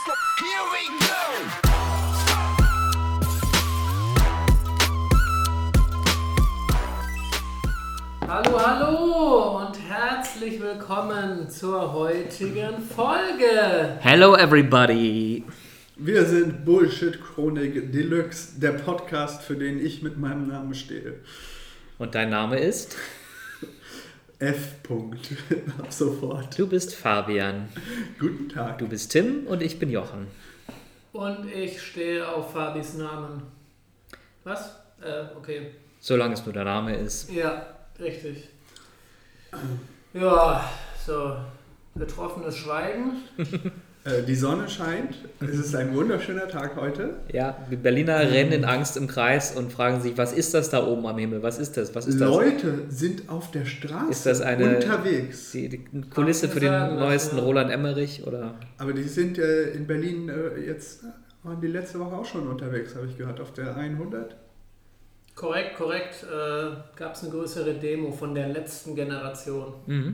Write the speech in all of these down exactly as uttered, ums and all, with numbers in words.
Here we go! Hallo, hallo und herzlich willkommen zur heutigen Folge. Hello everybody. Wir sind Bullshit Chronik Deluxe, der Podcast, für den ich mit meinem Namen stehe. Und dein Name ist? F. Ab sofort. Du bist Fabian. Guten Tag. Du bist Tim und ich bin Jochen. Und ich stehe auf Fabis Namen. Was? Äh, okay. Solange es nur der Name ist. Ja, richtig. Ja, so betroffenes Schweigen. Äh, die Sonne scheint. Es ist ein wunderschöner Tag heute. Ja, die Berliner rennen in Angst im Kreis und fragen sich, was ist das da oben am Himmel? Was ist das? Was ist das? Leute sind auf der Straße Ist das eine unterwegs. Die, die Kulisse für den sagen, neuesten also- Roland Emmerich? Oder? Aber die sind äh, in Berlin äh, jetzt, waren die letzte Woche auch schon unterwegs, habe ich gehört, auf der hundert. Korrekt, korrekt. Äh, Gab es eine größere Demo von der letzten Generation. Mhm.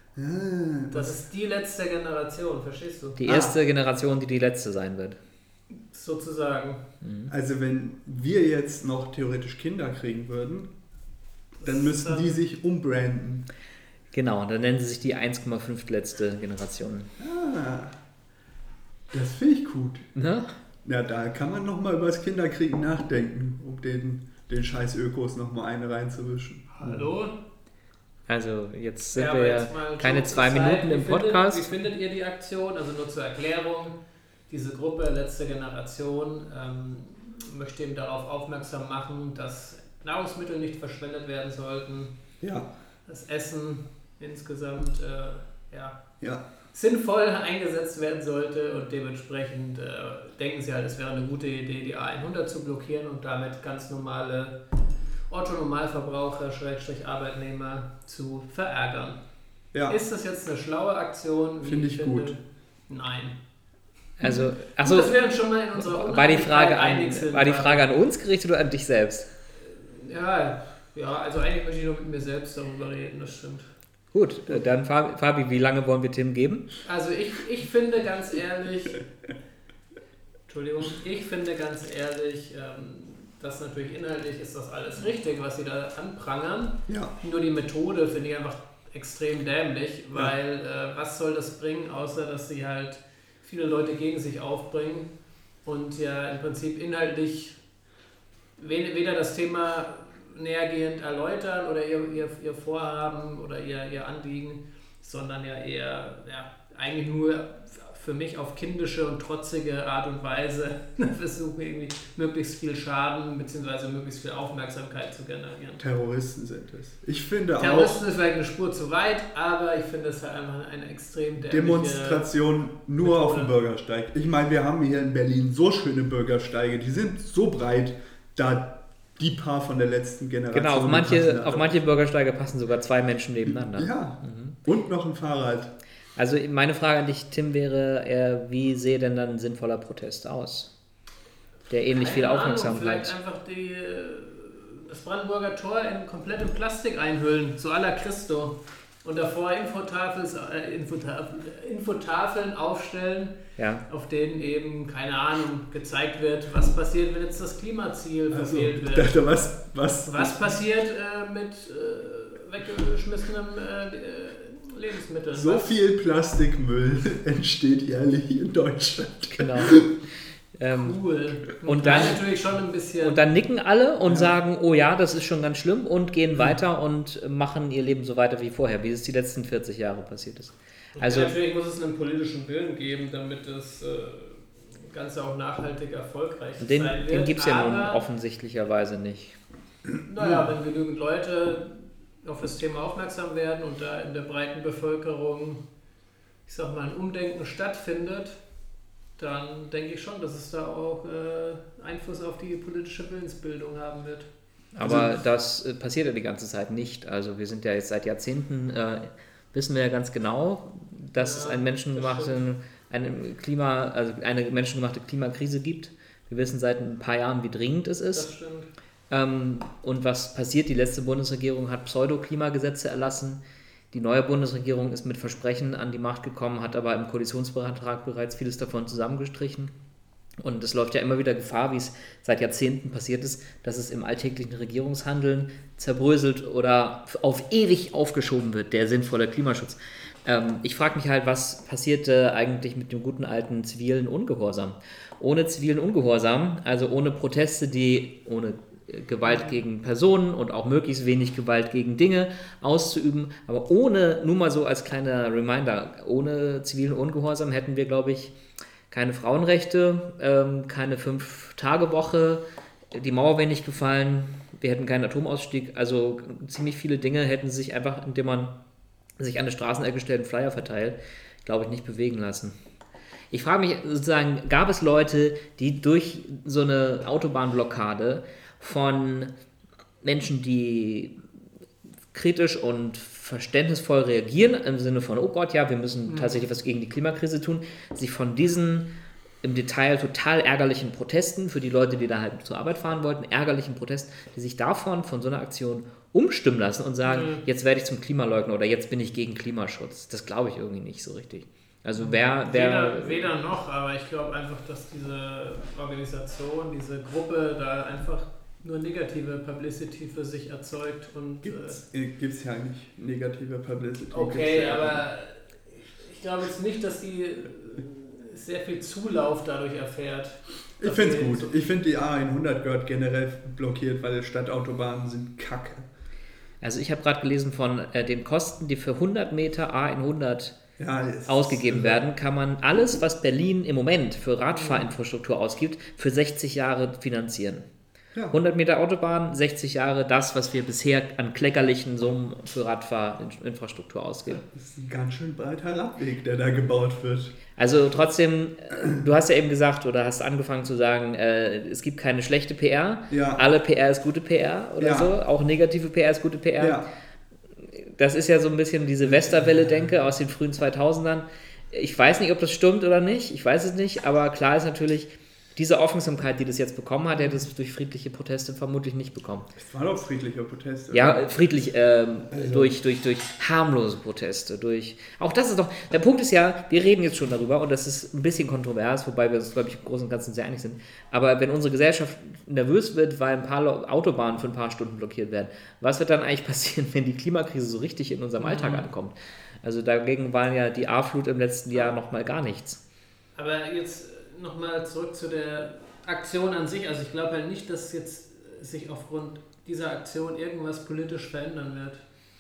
Ah, Das ist die letzte Generation, verstehst du? Die erste ah. Generation, die die letzte sein wird. Sozusagen. Also wenn wir jetzt noch theoretisch Kinder kriegen würden, dann müssten die sich umbranden. Genau, dann nennen sie sich die eins Komma fünf letzte Generation. Ah, das finde ich gut. Ne? Ja, da kann man nochmal über das Kinderkriegen nachdenken, um den, den scheiß Ökos nochmal eine reinzuwischen. Hallo? Also jetzt sind Ja, wir aber ja jetzt mal keine Jokes zwei aside. Minuten Wie im findet- Podcast. Wie findet ihr die Aktion? Also nur zur Erklärung, diese Gruppe Letzte Generation ähm, möchte eben darauf aufmerksam machen, dass Nahrungsmittel nicht verschwendet werden sollten, Ja, das Essen insgesamt äh, ja, ja. sinnvoll eingesetzt werden sollte und dementsprechend äh, denken sie halt, es wäre eine gute Idee, die A hundert zu blockieren und damit ganz normale Otto-Normalverbraucher, Schrägstrich Arbeitnehmer zu verärgern. Ja, Ist das jetzt eine schlaue Aktion? Wie Finde ich gut. Nein. Also, Gut, achso, dass wir uns schon mal in unserer war die, Frage Uneinigkeit einig an, sind, war die weil- Frage an uns gerichtet oder an dich selbst? Ja, ja, also eigentlich möchte ich nur mit mir selbst darüber reden, das stimmt. Gut, äh, dann Fabi, Fabi, wie lange wollen wir Tim geben? Also ich, ich finde ganz ehrlich, Entschuldigung, ich finde ganz ehrlich, ähm, dass natürlich inhaltlich ist das alles richtig, was sie da anprangern. ja. Nur die Methode finde ich einfach extrem dämlich, weil äh, was soll das bringen, außer dass sie halt viele Leute gegen sich aufbringen und ja im Prinzip inhaltlich we- weder das Thema nähergehend erläutern oder ihr, ihr, ihr Vorhaben oder ihr, ihr Anliegen, sondern ja eher ja, eigentlich nur für mich auf kindische und trotzige Art und Weise versuchen irgendwie möglichst viel Schaden bzw. möglichst viel Aufmerksamkeit zu generieren. Terroristen sind es. Ich finde Terroristen auch ist vielleicht eine Spur zu weit, aber ich finde es halt einfach eine extrem dämliche Demonstration nur auf dem Methode. Bürgersteig. Ich meine, wir haben hier in Berlin so schöne Bürgersteige, die sind so breit, da die paar von der letzten Generation. Genau, auf passen manche, da auf doch. manche Bürgersteige passen sogar zwei Menschen nebeneinander. Ja, Mhm. und noch ein Fahrrad. Also meine Frage an dich, Tim, wäre eher, wie sähe denn dann ein sinnvoller Protest aus? Der ähnlich viel Keine Ahnung, Aufmerksamkeit. Vielleicht einfach die, das Brandenburger Tor in komplettem Plastik einhüllen, so à la Christo. Und davor Infotafels, äh, Infotafel, Infotafeln aufstellen, Ja. auf denen eben, keine Ahnung, gezeigt wird, was passiert, wenn jetzt das Klimaziel Also, verfehlt ich wird. dachte, was, was, Was passiert äh, mit äh, weggeschmissenem äh, äh, Lebensmitteln? so Was- viel Plastikmüll entsteht jährlich in Deutschland. Genau. ähm, Cool. Und Nein, dann- natürlich schon ein bisschen. und dann nicken alle und Ja. sagen, oh ja, das ist schon ganz schlimm und gehen weiter und machen ihr Leben so weiter wie vorher, wie es die letzten vierzig Jahre passiert ist. Also ja, natürlich muss es einen politischen Willen geben, damit das äh, Ganze auch nachhaltig erfolgreich den, sein wird. den gibt es ja nun Aber, offensichtlicherweise nicht. Naja, wenn genügend Leute auf das Thema aufmerksam werden und da in der breiten Bevölkerung, ich sag mal, ein Umdenken stattfindet, dann denke ich schon, dass es da auch äh, Einfluss auf die politische Willensbildung haben wird. Aber das äh, passiert ja die ganze Zeit nicht. Also wir sind ja jetzt seit Jahrzehnten, äh, wissen wir ja ganz genau, dass Ja, es einen menschengemachten, eine, Klima, also eine menschengemachte Klimakrise gibt. Wir wissen seit ein paar Jahren, wie dringend es ist. Das stimmt. Ähm, und was passiert? Die letzte Bundesregierung hat Pseudo-Klimagesetze erlassen, Die neue Bundesregierung ist mit Versprechen an die Macht gekommen, hat aber im Koalitionsvertrag bereits vieles davon zusammengestrichen. Und es läuft ja immer wieder Gefahr, wie es seit Jahrzehnten passiert ist, dass es im alltäglichen Regierungshandeln zerbröselt oder auf ewig aufgeschoben wird, der sinnvolle Klimaschutz. Ähm, ich frage mich halt, was passierte eigentlich mit dem guten alten zivilen Ungehorsam? Ohne zivilen Ungehorsam, also ohne Proteste, die ohne Gewalt gegen Personen und auch möglichst wenig Gewalt gegen Dinge auszuüben, aber ohne, nur mal so als kleiner Reminder, ohne zivilen Ungehorsam hätten wir, glaube ich, keine Frauenrechte, ähm, keine Fünf-Tage-Woche, die Mauer wäre nicht gefallen, wir hätten keinen Atomausstieg, also ziemlich viele Dinge hätten sich einfach, indem man sich an eine Straßenecke stellt und Flyer verteilt, glaube ich, nicht bewegen lassen. Ich frage mich sozusagen, gab es Leute, die durch so eine Autobahnblockade von Menschen, die kritisch und verständnisvoll reagieren, im Sinne von, oh Gott, ja, wir müssen tatsächlich was gegen die Klimakrise tun, sich von diesen im Detail total ärgerlichen Protesten, für die Leute, die da halt zur Arbeit fahren wollten, ärgerlichen Protesten, die sich davon, von so einer Aktion umstimmen lassen und sagen, mhm. jetzt werde ich zum Klimaleugner oder jetzt bin ich gegen Klimaschutz. Das glaube ich irgendwie nicht so richtig. Also wer... wer weder, weder noch, aber ich glaube einfach, dass diese Organisation, diese Gruppe da einfach nur negative Publicity für sich erzeugt. Und gibt's, äh, gibt's ja nicht negative Publicity. Okay, aber ich glaube jetzt nicht, dass die sehr viel Zulauf dadurch erfährt. Ich finde es gut. So ich finde die A hundert gehört generell blockiert, weil Stadtautobahnen sind kacke. Also ich habe gerade gelesen von äh, den Kosten, die für hundert Meter A hundert ja, ausgegeben werden, kann man alles, was Berlin im Moment für Radfahrinfrastruktur ausgibt, für sechzig Jahre finanzieren. Ja. hundert Meter Autobahn, sechzig Jahre, das, was wir bisher an kleckerlichen Summen für Radfahrinfrastruktur ausgeben. Das ist ein ganz schön breiter Radweg, der da gebaut wird. Also trotzdem, du hast ja eben gesagt oder hast angefangen zu sagen, äh, es gibt keine schlechte P R. Ja. Alle P R ist gute P R oder ja. so. Auch negative P R ist gute P R. Ja. Das ist ja so ein bisschen diese Westerwelle-Denke aus den frühen zweitausendern. Ich weiß nicht, ob das stimmt oder nicht. Ich weiß es nicht. Aber klar ist natürlich, diese Aufmerksamkeit, die das jetzt bekommen hat, hätte es durch friedliche Proteste vermutlich nicht bekommen. Es waren auch friedliche Proteste. Ja, friedlich, ähm, also. durch, durch, durch harmlose Proteste. Durch, auch das ist doch, der Punkt ist ja, wir reden jetzt schon darüber und das ist ein bisschen kontrovers, wobei wir uns, glaube ich, im Großen und Ganzen sehr einig sind. Aber wenn unsere Gesellschaft nervös wird, weil ein paar Autobahnen für ein paar Stunden blockiert werden, was wird dann eigentlich passieren, wenn die Klimakrise so richtig in unserem Alltag mhm. ankommt? Also dagegen waren ja die A-Flut im letzten Jahr nochmal gar nichts. Aber jetzt nochmal zurück zu der Aktion an sich. Also ich glaube halt nicht, dass jetzt sich aufgrund dieser Aktion irgendwas politisch verändern wird.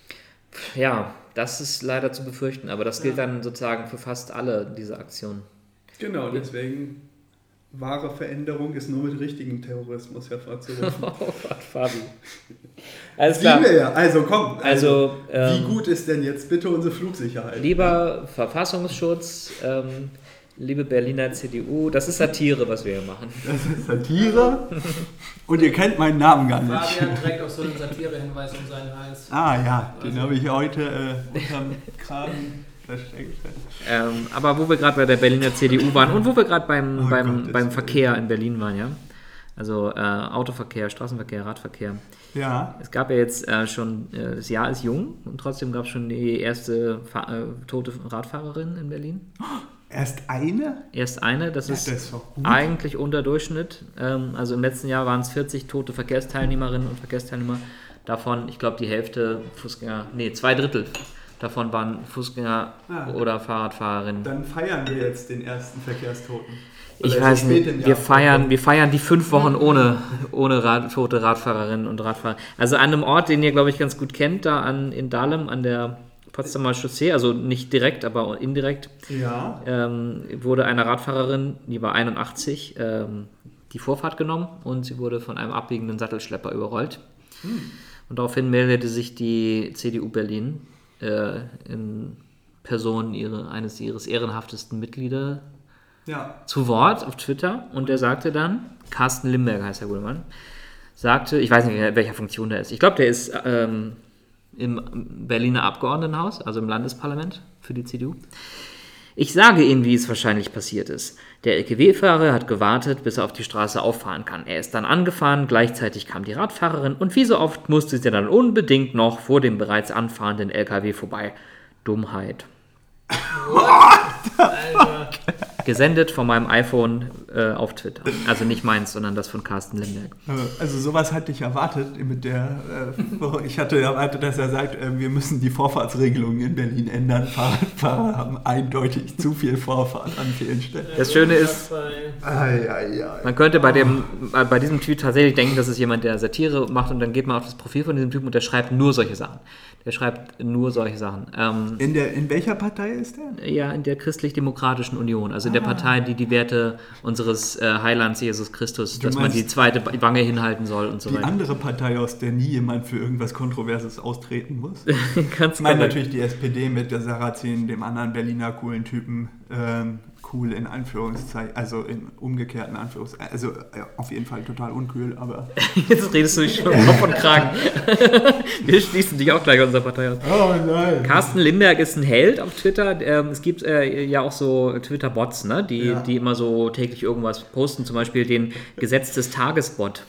Ja, das ist leider zu befürchten, aber das gilt ja. dann sozusagen für fast alle diese Aktionen. Genau, deswegen wahre Veränderung ist nur mit richtigem Terrorismus hervorzurufen. Oh Gott, Fabi. Alles klar. Ja. Also komm, also, also ähm, wie gut ist denn jetzt bitte unsere Flugsicherheit? Lieber Verfassungsschutz, ähm, liebe Berliner C D U, das ist Satire, was wir hier machen. Das ist Satire? Und ihr kennt meinen Namen gar nicht. Fabian trägt auch so einen Satire-Hinweis um seinen Hals. Ah ja, den also. habe ich heute äh, unterm Kragen versteckt. Ähm, aber wo wir gerade bei der Berliner C D U waren und wo wir gerade beim, oh beim, Gott, beim Verkehr in Berlin waren, ja. Also äh, Autoverkehr, Straßenverkehr, Radverkehr. Ja. Es gab ja jetzt äh, schon, äh, das Jahr ist jung und trotzdem gab es schon die erste Fa- äh, tote Radfahrerin in Berlin. Erst eine? Erst eine, das ja, ist, das ist eigentlich unter Durchschnitt. Ähm, also im letzten Jahr waren es vierzig tote Verkehrsteilnehmerinnen und Verkehrsteilnehmer. Davon, ich glaube, die Hälfte Fußgänger, nee, zwei Drittel davon waren Fußgänger ah, oder Fahrradfahrerinnen. Dann feiern wir jetzt den ersten Verkehrstoten. Oder ich weiß nicht, wir feiern, wir feiern die fünf Wochen ohne, ohne Rad, tote Radfahrerinnen und Radfahrer. Also an einem Ort, den ihr, glaube ich, ganz gut kennt, da an, in Dahlem an der Potsdamer Chaussee, also nicht direkt, aber indirekt, ja. ähm, wurde einer Radfahrerin, die war einundachtzig, ähm, die Vorfahrt genommen und sie wurde von einem abbiegenden Sattelschlepper überrollt. Hm. Und daraufhin meldete sich die C D U Berlin äh, in Person ihre, eines ihres ehrenhaftesten Mitglieder ja. zu Wort auf Twitter und der sagte dann, Carsten Limberger heißt der gute Mann, sagte, ich weiß nicht, in welcher Funktion der ist, ich glaube, der ist ähm, im Berliner Abgeordnetenhaus, also im Landesparlament für die C D U. Ich sage Ihnen, wie es wahrscheinlich passiert ist. Der L K W-Fahrer hat gewartet, bis er auf die Straße auffahren kann. Er ist dann angefahren, gleichzeitig kam die Radfahrerin und wie so oft musste sie dann unbedingt noch vor dem bereits anfahrenden L K W vorbei. Dummheit. Alter. Gesendet von meinem iPhone äh, auf Twitter. Also nicht meins, sondern das von Carsten Limberg. Also sowas hatte ich erwartet mit der, äh, ich hatte erwartet, dass er sagt, äh, wir müssen die Vorfahrtsregelungen in Berlin ändern. Fahrradfahrer haben eindeutig zu viel Vorfahrt an vielen Stellen. Das Schöne ist, Ai, ai, ai. man könnte bei, dem, äh, bei diesem Tweet tatsächlich denken, dass es jemand, der Satire macht und dann geht man auf das Profil von diesem Typen und der schreibt nur solche Sachen. Der schreibt nur solche Sachen. Ähm, In, der, in welcher Partei ist der? ja, in der Christlich-Demokratischen Union, also in der Partei, die die Werte unseres äh, Heilands Jesus Christus, Du dass man meinst die zweite Wange hinhalten soll und so Die weiter. andere Partei, aus der nie jemand für irgendwas Kontroverses austreten muss. Ganz Ich meine korrekt. natürlich die S P D mit der Sarrazin, dem anderen Berliner coolen Typen. Ähm, cool in Anführungszeichen, also in umgekehrten Anführungszeichen. Also ja, auf jeden Fall total unkühl, aber... Jetzt redest du dich schon Kopf und Kragen. Wir schließen dich auch gleich aus unserer Partei aus. Oh nein! Carsten Limberg ist ein Held auf Twitter. Ähm, es gibt äh, ja auch so Twitter-Bots, ne? die, Ja. die immer so täglich irgendwas posten. Zum Beispiel den Gesetz des Tagesbot.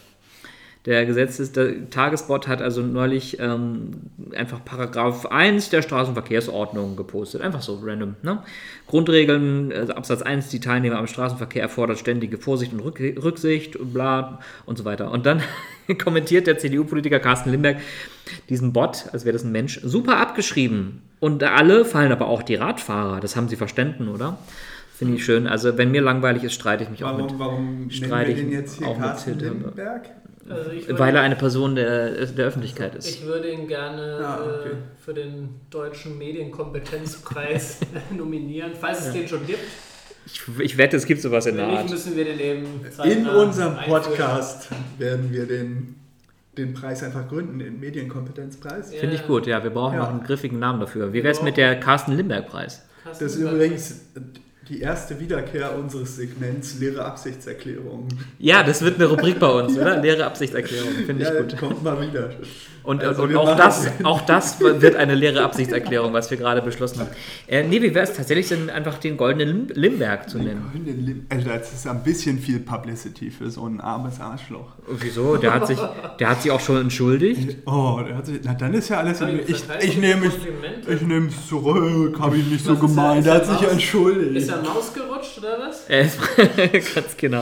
Der Gesetz des der Tagesbot hat also neulich ähm, einfach Paragraph eins der Straßenverkehrsordnung gepostet. Einfach so random. Ne? Grundregeln, also Absatz eins, die Teilnehmer am Straßenverkehr erfordert ständige Vorsicht und Rück- Rücksicht und bla und so weiter. Und dann kommentiert der C D U-Politiker Carsten Limberg diesen Bot, als wäre das ein Mensch, super abgeschrieben. Und alle fallen aber auch die Radfahrer. Das haben sie verstanden, oder? Finde ich schön. Also wenn mir langweilig ist, streite ich mich auch mit. Warum, warum nennen streite wir ich den jetzt hier auch mit Carsten Twitter. Lindenberg? Also ich würde, Weil er eine Person der, der Öffentlichkeit ist. ich würde ihn gerne Ah, okay. äh, für den Deutschen Medienkompetenzpreis nominieren, falls es den schon gibt. Ich, ich wette, es gibt sowas in der Wenn nicht, Art. müssen wir den eben In zeitnah unserem einführen. Podcast werden wir den, den Preis einfach gründen, den Medienkompetenzpreis. Ja. Finde ich gut, ja. Wir brauchen Ja. noch einen griffigen Namen dafür. Wie wäre es mit der Carsten Limberg-Preis? Carsten Das ist Limberg. übrigens die erste Wiederkehr unseres Segments leere Absichtserklärungen. Ja, das wird eine Rubrik bei uns, oder? Leere Absichtserklärung. Finde ich Ja, gut. kommt mal wieder. Und, Also und wir auch, machen- das, auch das wird eine leere Absichtserklärung, was wir gerade beschlossen haben. Äh, nee, wie wäre es tatsächlich, denn einfach den goldenen Lim- Limberg zu nennen? Also das ist ein bisschen viel Publicity für so ein armes Arschloch. Und wieso? Der hat sich, der hat sich auch schon entschuldigt. Oh, der hat sich, na dann ist ja alles... Sorry, Ich, verteilst ich du nehme es Komplimente? ich nehme es zurück, habe ich nicht so Was ist gemeint, er- er hat ist er sich raus? entschuldigt. Ist er rausgerutscht oder was? Er ist, ganz genau.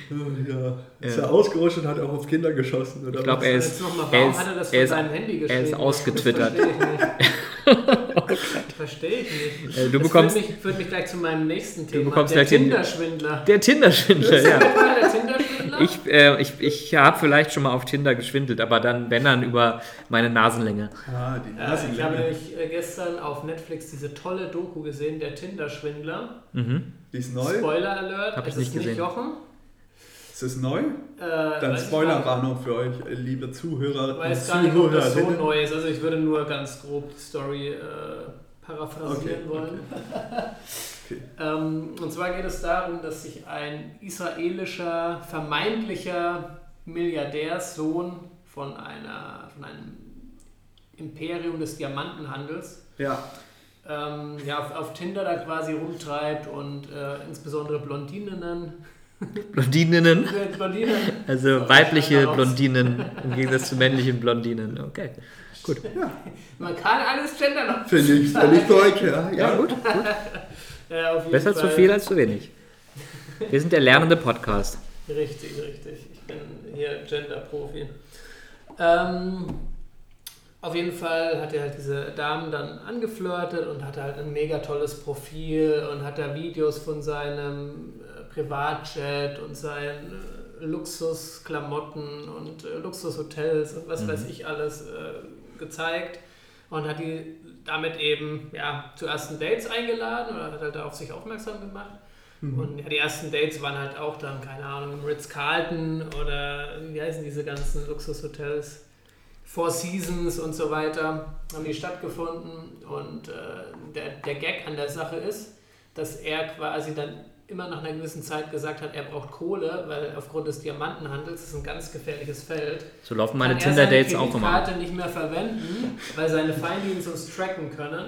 Ja, ist Ja. er ausgerutscht und hat auch auf Kinder geschossen, oder Ich glaube, was? er Jetzt ist, noch mal, er warum ist, hat er das er von ist, seinem Handy geschrieben? er ist ausgetwittert. Das verstehe ich nicht. Verstehe ich nicht. Äh, du das bekommst- führt mich, führt mich gleich zu meinem nächsten Thema. bekommst der gleich den- Tinder-Schwindler. Der Tinder-Schwindler, ja. der Tinder-Schwindler? Ich, äh, ich, ich habe vielleicht schon mal auf Tinder geschwindelt, aber dann, wenn dann über meine Nasenlänge. Ah, die Äh, ich habe Nasenlänge. nämlich äh, gestern auf Netflix diese tolle Doku gesehen, der Tinder-Schwindler. Mhm. Die ist neu? Spoiler Alert, Hab ich es nicht ist nicht gesehen. Jochen. Ist es neu? Äh, Dann weiß ich Spoilerwarnung für euch, äh, liebe Zuhörer Ich und weiß gar nicht, ob das so Zuhörerinnen. neu ist. Also ich würde nur ganz grob die Story äh, paraphrasieren Okay, wollen. Okay. Ähm, und zwar geht es darum, dass sich ein israelischer, vermeintlicher Milliardärssohn von, einer, von einem Imperium des Diamantenhandels Ja, ähm, ja, auf, auf Tinder da quasi rumtreibt und äh, insbesondere Blondinen, Blondininnen, äh, Blondinen also weibliche Blondinen im Gegensatz zu männlichen Blondinen. Okay, gut. man kann alles gendern. finde ich völlig korrekt, ja. Ja, ja. gut, gut. Ja, auf jeden Besser Fall. zu viel als zu wenig. Wir sind der lernende Podcast. Richtig, richtig. Ich bin hier Gender-Profi. Ähm, auf jeden Fall hat er halt diese Damen dann angeflirtet und hatte halt ein mega tolles Profil und hat da Videos von seinem äh, Privatjet und seinen äh, Luxusklamotten und äh, Luxushotels und was Mhm. weiß ich alles äh, gezeigt und hat die damit eben ja, zu ersten Dates eingeladen oder hat halt da auf sich aufmerksam gemacht. Und ja, die ersten Dates waren halt auch dann, keine Ahnung, im Ritz-Carlton oder wie heißen diese ganzen Luxushotels, Four Seasons und so weiter, haben die stattgefunden. Und äh, der, der Gag an der Sache ist, dass er quasi dann immer nach einer gewissen Zeit gesagt hat, er braucht Kohle, weil aufgrund des Diamantenhandels, das ist ein ganz gefährliches Feld, So laufen meine kann er seine Tinder-Dates auch immer. Kreditkarte nicht mehr verwenden, weil seine Feinde ihn sonst tracken können.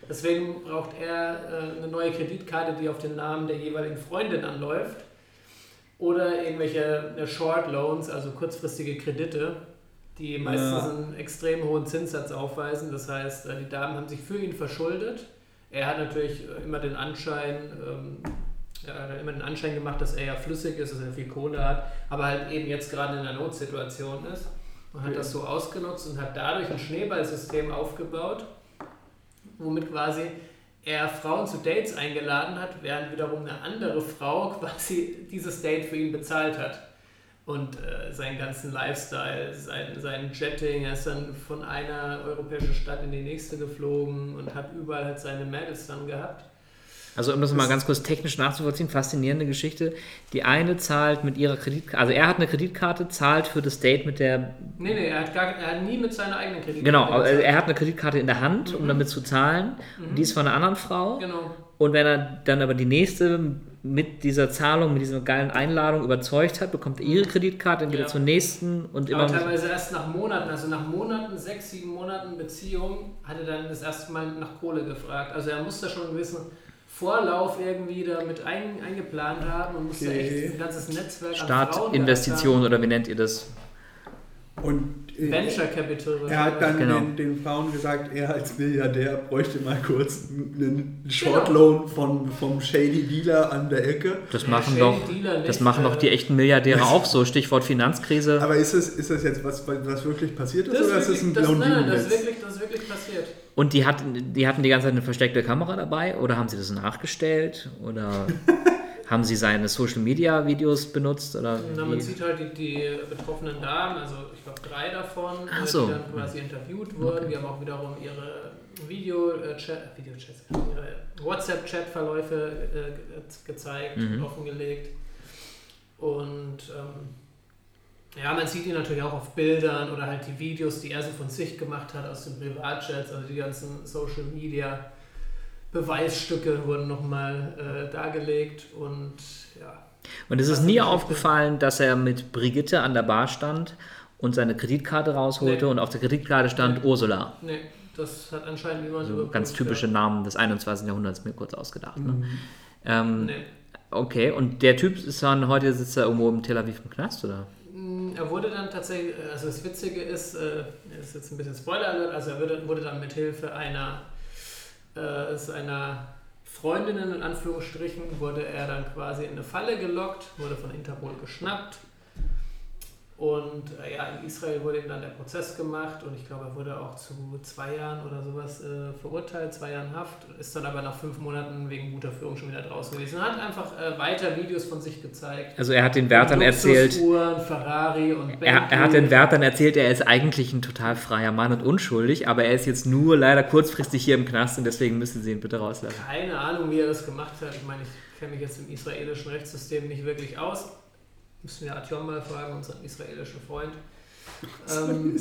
Deswegen braucht er äh, eine neue Kreditkarte, die auf den Namen der jeweiligen Freundin anläuft. Oder irgendwelche äh, Short Loans, also kurzfristige Kredite, die meistens Ja. einen extrem hohen Zinssatz aufweisen. Das heißt, äh, die Damen haben sich für ihn verschuldet. Er hat natürlich äh, immer den Anschein, ähm, ja, er hat immer den Anschein gemacht, dass er ja flüssig ist, dass er viel Kohle hat, aber halt eben jetzt gerade in einer Notsituation ist. Und hat Okay. das so ausgenutzt und hat dadurch ein Schneeballsystem aufgebaut, womit quasi er Frauen zu Dates eingeladen hat, während wiederum eine andere Frau quasi dieses Date für ihn bezahlt hat. Und äh, seinen ganzen Lifestyle, sein, sein Jetting, er ist dann von einer europäischen Stadt in die nächste geflogen und hat überall halt seine Mädels dann gehabt. Also um das mal ganz kurz technisch nachzuvollziehen, faszinierende Geschichte. Die eine zahlt mit ihrer Kreditkarte, also er hat eine Kreditkarte, zahlt für das Date mit der... Nee, nee, er hat, gar, er hat nie mit seiner eigenen Kreditkarte Genau, aber gezahlt. er hat eine Kreditkarte in der Hand, um Mhm. damit zu zahlen. Und die ist von einer anderen Frau. Genau. Und wenn er dann aber die nächste mit dieser Zahlung, mit dieser geilen Einladung überzeugt hat, bekommt er ihre Kreditkarte, dann geht Ja. er zur nächsten und Aber immer... teilweise erst nach Monaten, also nach Monaten, sechs, sieben Monaten Beziehung, hat er dann das erste Mal nach Kohle gefragt. Also er musste schon einen gewissen Vorlauf irgendwie damit ein, eingeplant haben und musste Okay. echt ein ganzes Netzwerk an Frauen Startinvestition oder wie nennt ihr das? Und äh, Venture Capital. er hat dann Genau. den, den Frauen gesagt, er als Milliardär bräuchte mal kurz einen Shortloan von, vom Shady Dealer an der Ecke. Das Ja, machen Shady doch, Dealer nicht, das machen doch äh, die echten Milliardäre auch so. Stichwort Finanzkrise. Aber ist das, ist das jetzt was, was wirklich passiert ist, Das oder ist ist das ein wirklich, das, nein, nein, das, ist Blondinenwitz? wirklich, das ist wirklich passiert. Und die hatten, die hatten die ganze Zeit eine versteckte Kamera dabei oder haben sie das nachgestellt oder haben sie seine Social Media Videos benutzt oder Na, man wie? sieht halt die, die betroffenen Damen, also ich glaube drei davon, Ach äh, so. die dann quasi interviewt wurden. Die haben auch wiederum ihre Video-Chat, Video-Chats, ihre WhatsApp-Chat-Verläufe äh, ge- gezeigt Mhm. und offengelegt. Und ähm, ja, man sieht ihn natürlich auch auf Bildern oder halt die Videos, die er so von sich gemacht hat aus den Privatchats, also die ganzen Social-Media Beweisstücke wurden nochmal äh, dargelegt und ja. Und es ist Was nie eine Geschichte. aufgefallen, dass er mit Brigitte an der Bar stand und seine Kreditkarte rausholte Nee. und auf der Kreditkarte stand Ursula. Nee, das hat anscheinend niemand Also überprüft, ganz typische ja. Namen des einundzwanzigsten Jahrhunderts mir kurz ausgedacht. Ne? Mhm. Ähm, Nee. Okay, und der Typ ist dann heute sitzt er irgendwo im Tel Aviv im Knast, oder? Mm, Er wurde dann tatsächlich, also das Witzige ist, äh, das ist jetzt ein bisschen Spoiler, also er wurde, wurde dann mit Hilfe einer, äh, seiner Freundinnen in Anführungsstrichen, wurde er dann quasi in eine Falle gelockt, wurde von Interpol geschnappt und äh, ja, in Israel wurde ihm dann der Prozess gemacht und ich glaube, er wurde auch zu zwei Jahren oder sowas äh, verurteilt, zwei Jahren Haft, ist dann aber nach fünf Monaten wegen guter Führung schon wieder draußen gewesen und hat einfach äh, weiter Videos von sich gezeigt. Also er hat den Wärtern erzählt, Luxusuhren, Ferrari und er, er hat den Wärtern erzählt, er ist eigentlich ein total freier Mann und unschuldig, aber er ist jetzt nur leider kurzfristig hier im Knast und deswegen müssen sie ihn bitte rauslassen. Keine Ahnung, wie er das gemacht hat. Ich meine, ich kenne mich jetzt im israelischen Rechtssystem nicht wirklich aus. Müssen wir Atjon mal fragen, unseren israelischen Freund. Ähm,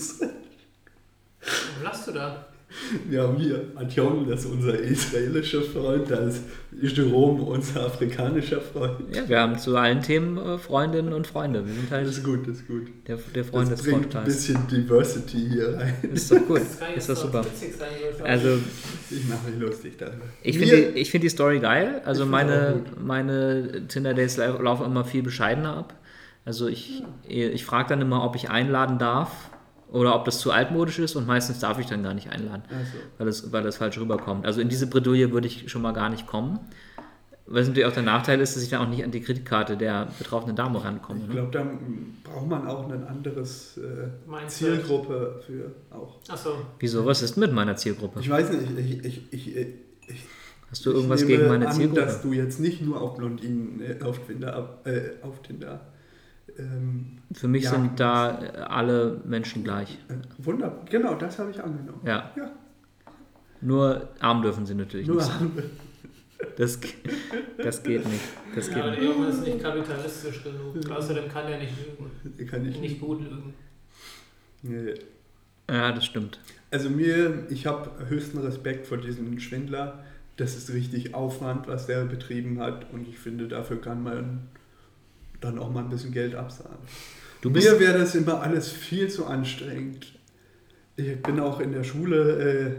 wo lachst du da? Wir haben hier Atjon, das ist unser israelischer Freund, da ist Jerome, unser afrikanischer Freund. Ja, wir haben zu allen Themen äh, Freundinnen und Freunde. Wir sind Das halt ist gut, das ist gut. der, der Freund Das des bringt ein Podcasts. bisschen Diversity hier rein. Ist doch gut, Das kann ist jetzt doch doch super. witzig sein, soll ich Also Ich mache mich lustig darüber. ich Mir- finde die, ich find die Story geil. Also Ich find's meine, auch meine Tinder-Dates lau- laufen immer viel bescheidener ab. Also ich, ich frage dann immer, ob ich einladen darf oder ob das zu altmodisch ist und meistens darf ich dann gar nicht einladen, Also, weil das, weil das falsch rüberkommt. Also in diese Bredouille würde ich schon mal gar nicht kommen. Was natürlich auch der Nachteil ist, dass ich dann auch nicht an die Kreditkarte der betroffenen Dame rankomme. ich Ne? glaube, da braucht man auch ein anderes äh, Mindset. Zielgruppe für auch. Achso, Wieso, was ist mit meiner Zielgruppe? Ich weiß nicht, ich, ich, ich, ich, Hast du irgendwas ich nehme gegen meine an, Zielgruppe? dass du jetzt nicht nur auf Blondinen äh, auf Tinder, äh, auf Tinder ähm, Für mich Ja. sind da äh, alle Menschen gleich. äh, wunderbar, genau, das habe ich angenommen. Ja. Ja, Nur arm dürfen sie natürlich nur nicht sein. Das, das geht nicht. Das ja, geht aber nicht. der Junge ist nicht kapitalistisch genug. Außerdem kann er nicht lügen. kann ich Nicht gut lügen. Nee. Ja, das stimmt. Also mir, ich habe höchsten Respekt vor diesem Schwindler. Das ist richtig Aufwand, was der betrieben hat. Und ich finde, dafür kann man dann auch mal ein bisschen Geld absagen. Du bist, Mir wäre das immer alles viel zu anstrengend. Ich bin auch in der Schule, äh,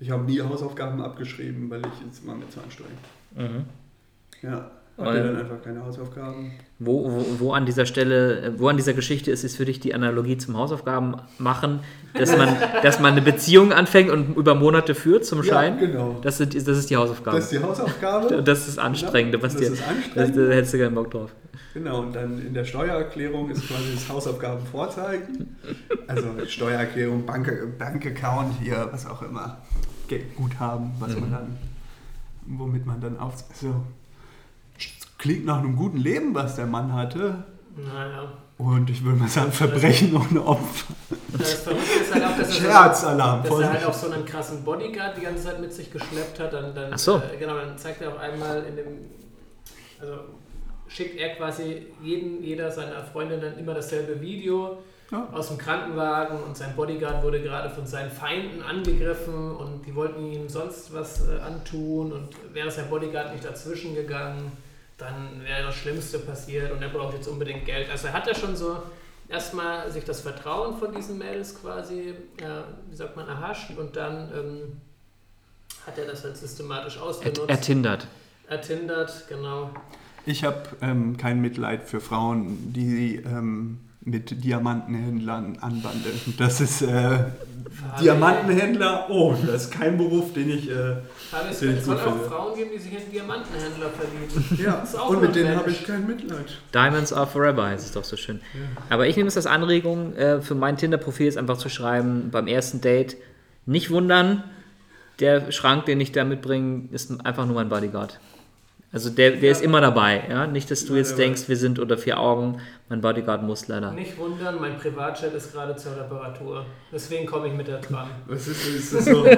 Ich habe nie Hausaufgaben abgeschrieben, weil ich es war mir zu anstrengend. Mhm. Ja, hatte dann einfach keine Hausaufgaben. Wo, wo, wo an dieser Stelle, wo an dieser Geschichte ist es für dich die Analogie zum Hausaufgaben machen, dass man, dass man eine Beziehung anfängt und über Monate führt zum Schein? Ja, genau. Das, sind, das ist die Hausaufgabe. Das ist die Hausaufgabe. Das ist das Anstrengende. Was das dir, ist anstrengend. Das, da hättest du keinen Bock drauf. Genau, und dann in der Steuererklärung ist quasi das Hausaufgaben vorzeigen. Also Steuererklärung, Bank, Bankaccount, hier, was auch immer. Guthaben, was mhm. man dann, womit man dann auf. Also, klingt nach einem guten Leben, was der Mann hatte. Naja. Und ich würde mal sagen, Verbrechen ohne Opfer. Das Verrückte ist halt auch, dass, Scherzalarm, er, so, dass er halt auch so einen krassen Bodyguard die ganze Zeit mit sich geschleppt hat. Dann, dann, Ach so. Äh, genau, dann zeigt er auch einmal in dem, also schickt er quasi jeden, jeder seiner Freundinnen dann immer dasselbe Video ja. aus dem Krankenwagen und sein Bodyguard wurde gerade von seinen Feinden angegriffen und die wollten ihm sonst was äh, antun und wäre sein Bodyguard nicht dazwischen gegangen, dann wäre das Schlimmste passiert und er braucht jetzt unbedingt Geld. Also er hat ja schon so erstmal sich das Vertrauen von diesen Mädels quasi, ja, wie sagt man, erhascht und dann ähm, hat er das halt systematisch ausgenutzt. Ertindert. Ertindert, genau. Ich habe ähm, kein Mitleid für Frauen, die ähm, mit Diamantenhändlern anbandeln. Das ist äh, Diamantenhändler, oh, das ist kein Beruf, den ich äh, Aber es soll auch Frauen geben, die sich in Diamantenhändler verlieben. Ja, und mit denen habe ich kein Mitleid. Diamonds are forever heißt es doch so schön. Ja. Aber ich nehme es als Anregung, äh, für mein Tinder-Profil ist einfach zu schreiben, beim ersten Date nicht wundern, der Schrank, den ich da mitbringe, ist einfach nur mein Bodyguard. Also der, der ja. ist immer dabei, ja. Nicht, dass du jetzt denkst, wir sind unter vier Augen, mein Bodyguard muss leider. Nicht wundern, mein Privatjet ist gerade zur Reparatur. Deswegen komme ich mit der Tram. Was ist, ist das so?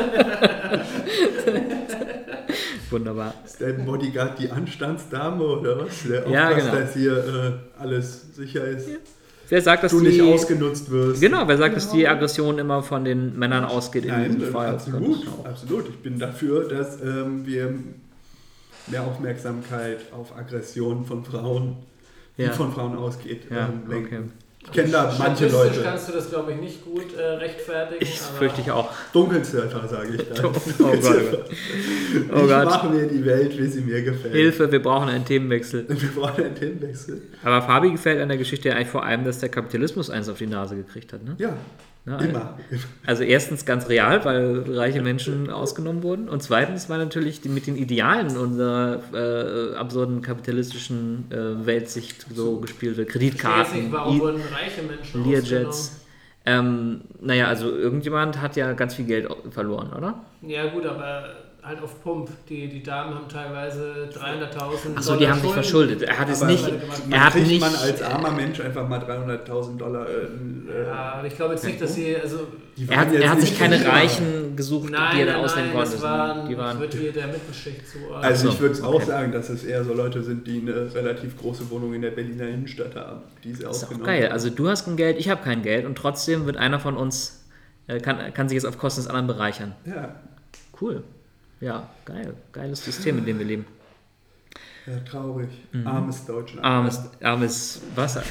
Wunderbar. Ist dein Bodyguard die Anstandsdame oder was? Der aufpasst, ja, genau. dass hier äh, alles sicher ist. Ja. Wer sagt, dass du die, nicht ausgenutzt wirst. Genau, wer sagt, genau. dass die Aggression immer von den Männern ausgeht? Nein, in diesem Fall. Absolut, absolut. Ich bin dafür, dass ähm, wir mehr Aufmerksamkeit auf Aggression von Frauen, die ja. von Frauen ausgeht, ja, ähm, lenken. Okay. Ich kenne da manche Leute. Kannst du das, glaube ich, nicht gut äh, rechtfertigen. Ich fürchte ich auch. Dunkelsurfer, sage ich da. Oh Gott. Oh ich Gott. mache mir die Welt, wie sie mir gefällt. Hilfe, wir brauchen einen Themenwechsel. Wir brauchen einen Themenwechsel. Aber Fabi gefällt an der Geschichte eigentlich vor allem, dass der Kapitalismus eins auf die Nase gekriegt hat, ne? Ja. Ja, immer. Also erstens ganz real, weil reiche Menschen ausgenommen wurden. Und zweitens war natürlich die, mit den Idealen unserer äh, absurden kapitalistischen äh, Weltsicht so gespielte Kreditkarten, warum I- wurden reiche Menschen Learjets. Ähm, naja, also irgendjemand hat ja ganz viel Geld verloren, oder? Ja gut, aber halt auf Pump. Die, die Damen haben teilweise dreihunderttausend Achso, die haben sich verschuldet. Er hat es nicht. Er hat kriegt nicht. Man als armer Mensch einfach mal dreihunderttausend Dollar. Äh, ja, aber ich glaube jetzt nicht, dass sie. Also er hat, er hat sich keine Reichen gesucht, nein, die er nein, dann ausnehmen konnte. Das waren, die waren, ich würde hier der Mittelschicht zuordnen. Also ich würde okay. auch sagen, dass es eher so Leute sind, die eine relativ große Wohnung in der Berliner Innenstadt haben. Die sie das ist auch geil. Haben. Also du hast kein Geld, ich habe kein Geld und trotzdem wird einer von uns, äh, kann, kann sich jetzt auf Kosten des anderen bereichern. Ja. Cool. Ja, geil. Geiles System, in dem wir leben. Ja, traurig. Mhm. Armes Deutschland. Armes, armes Wasser.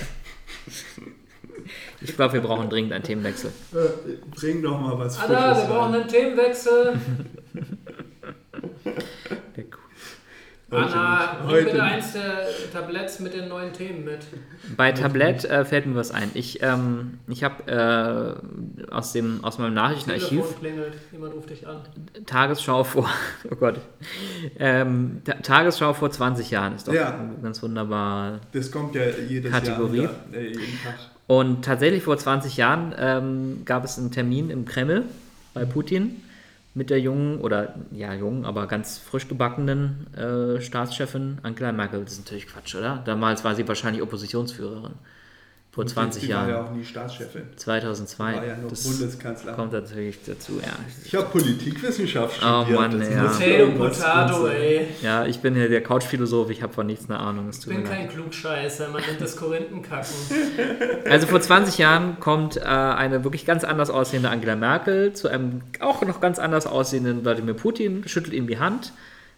Ich glaube, wir brauchen dringend einen Themenwechsel. Äh, bring doch mal was Anna, wir Frisches brauchen rein. einen Themenwechsel. Der Anna, bring Heute. bitte eins der Tabletts mit den neuen Themen mit. Bei Tablett äh, fällt mir was ein. Ich, ähm, ich habe äh, aus, dem, aus meinem Nachrichtenarchiv Telefon klingelt, jemand ruft dich an. Tagesschau vor, oh Gott, ähm, Ta- Tagesschau vor zwanzig Jahren ist doch Ja. ganz wunderbar. Das kommt ja jedes Kategorie. Jahr wieder, äh, jeden Tag. Und tatsächlich vor zwanzig Jahren ähm, gab es einen Termin im Kreml bei Putin mit der jungen, oder ja jungen, aber ganz frisch gebackenen äh, Staatschefin Angela Merkel. Das ist natürlich Quatsch, oder? Damals war sie wahrscheinlich Oppositionsführerin. Vor Und zwanzig die Jahren. war ja auch nie Staatschefin. zweitausendzwei. War ja noch das Bundeskanzler. kommt natürlich dazu, ja. Ich habe Politikwissenschaft Oh studiert. Mann, das ja. muss Potato, irgendwas Potato, gut sein. ey. Ja, ich bin hier der Couchphilosoph, ich habe von nichts eine Ahnung. Es Ich tut bin mir leid. kein Klugscheißer, man nennt das Korinthenkacken. Also vor zwanzig Jahren kommt äh, eine wirklich ganz anders aussehende Angela Merkel zu einem auch noch ganz anders aussehenden Wladimir Putin, schüttelt ihm die Hand,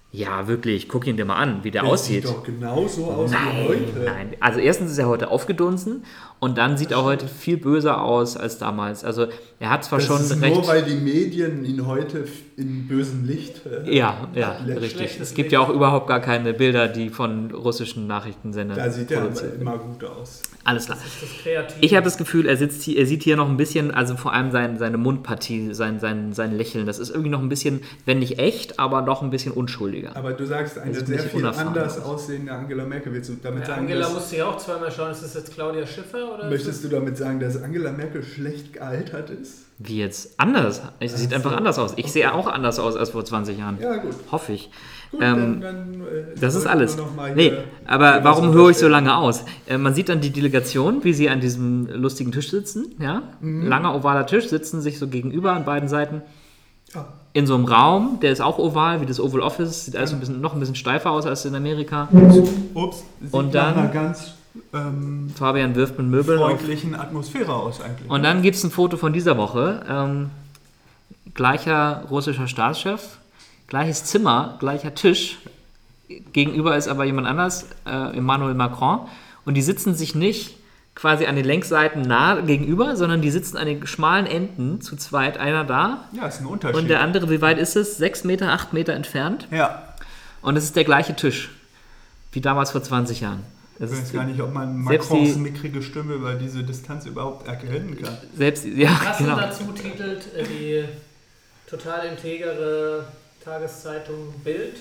Ja, wirklich, guck ihn dir mal an, wie der Der aussieht. sieht doch genauso aus wie Nein, heute. nein. Also erstens ist er heute aufgedunsen und dann sieht er heute viel böser aus als damals. Also er hat zwar Das schon ist recht... nur, weil die Medien ihn heute in bösem Licht... Äh, ja, ja, Schlecht. richtig. Es gibt ja auch überhaupt gar keine Bilder, die von russischen Nachrichtensendern Da sieht er aber produziert werden. immer gut aus. Alles klar. Das ist das Kreative. Ich habe das Gefühl, er, sitzt hier, er sieht hier noch ein bisschen, also vor allem sein, seine Mundpartie, sein, sein, sein Lächeln, das ist irgendwie noch ein bisschen, wenn nicht echt, aber noch ein bisschen unschuldiger. Aber du sagst, eine Das ist ein sehr bisschen viel unerfahren anders aus. aussehende Angela Merkel. Willst du damit Ja, sagen, Angela dass, musste ja auch zweimal schauen, ist das jetzt Claudia Schiffer oder? möchtest du damit sagen, dass Angela Merkel schlecht gealtert ist? Wie jetzt? Anders. Es sieht Ach einfach so. anders aus. Ich sehe auch anders aus als vor zwanzig Jahren. Ja, gut. Hoffe ich. Gut, Ähm, dann, dann, äh, Das ist wollte alles. nur noch mal Nee, hier aber was warum höre ich so unterstellen. lange aus? Äh, man sieht dann die Delegation, wie sie an diesem lustigen Tisch sitzen. Ja? Mhm. Langer ovaler Tisch, sitzen sich so gegenüber an beiden Seiten. Ja. In so einem Raum, der ist auch oval, wie das Oval Office. Sieht alles ein bisschen, noch ein bisschen steifer aus als in Amerika. Ups, sieht Und nach dann- einer ganz ähm, Fabian wirft mit Möbeln auf. freundlichen Atmosphäre aus eigentlich. Und dann gibt es ein Foto von dieser Woche. Ähm, gleicher russischer Staatschef, gleiches Zimmer, gleicher Tisch. Gegenüber ist aber jemand anders, äh, Emmanuel Macron. Und die sitzen sich nicht quasi an den Längsseiten nah gegenüber, sondern die sitzen an den schmalen Enden zu zweit, einer da ja, ist ein Unterschied. und der andere, wie weit ist es? Sechs Meter, acht Meter entfernt. ja, Und es ist der gleiche Tisch, wie damals vor zwanzig Jahren. Es ich weiß ist gar nicht, ob man selbst Macrons die- mickrige Stimme über diese Distanz überhaupt erkennen kann. selbst, ja, Passend genau. dazu titelt äh, die total integere Tageszeitung Bild.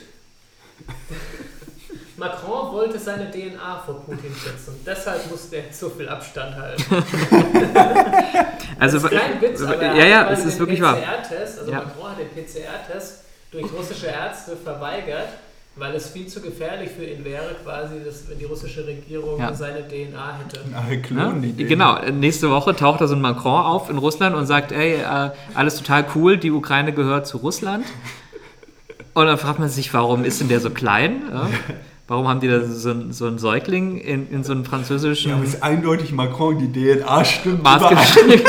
Macron wollte seine D N A vor Putin schützen. Deshalb musste er so viel Abstand halten. Also, Das ist kein Witz, aber er ja, ja, hat es quasi ist den wirklich wahr. P C R-Test, also Ja. Macron hat den P C R-Test durch russische Ärzte verweigert, weil es viel zu gefährlich für ihn wäre, quasi, dass, wenn die russische Regierung Ja. seine D N A hätte. Eine Ja, Klonidee. genau, nächste Woche taucht da so ein Macron auf in Russland und sagt, ey, äh, alles total cool, die Ukraine gehört zu Russland. Und dann fragt man sich, warum ist denn der so klein? Ja? Warum haben die da so, ein- so einen Säugling in, in so einem französischen Ja, aber es ist eindeutig Macron, die D N A stimmt Maß überein. geschrieben?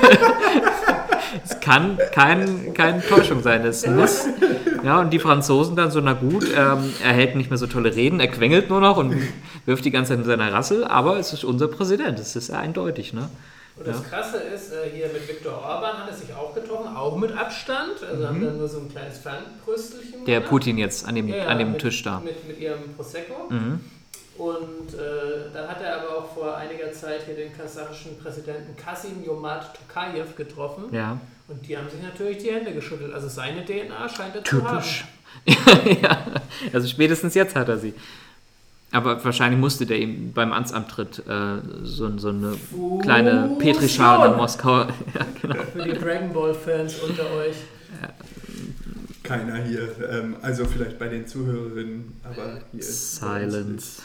Es kann kein, keine Täuschung sein. Es muss. Ja, und die Franzosen dann so, na gut, ähm, er hält nicht mehr so tolle Reden, er quengelt nur noch und wirft die ganze Zeit in seiner Rassel, aber es ist unser Präsident, das ist ja eindeutig, ne? Und das Krasse ist, äh, hier mit Viktor Orban hat er sich auch getroffen, auch mit Abstand. Also haben dann nur so ein kleines Fernbrüstelchen Der gemacht. Putin jetzt an dem, Ja, ja, an dem mit, Tisch da. Mit, mit ihrem Prosecco. Mhm. Und äh, dann hat er aber auch vor einiger Zeit hier den kasachischen Präsidenten Kasim Jomart Tokayev getroffen. Ja. Und die haben sich natürlich die Hände geschüttelt. Also seine D N A scheint er zu Typisch. haben. Ja, also spätestens jetzt hat er sie. Aber wahrscheinlich musste der ihm beim Amtsantritt äh, so, so eine kleine Petrischale nach Moskau. Ja, genau. Für die Dragon Ball Fans unter euch. Keiner hier. Ähm, also vielleicht bei den Zuhörerinnen, aber hier ist Silence.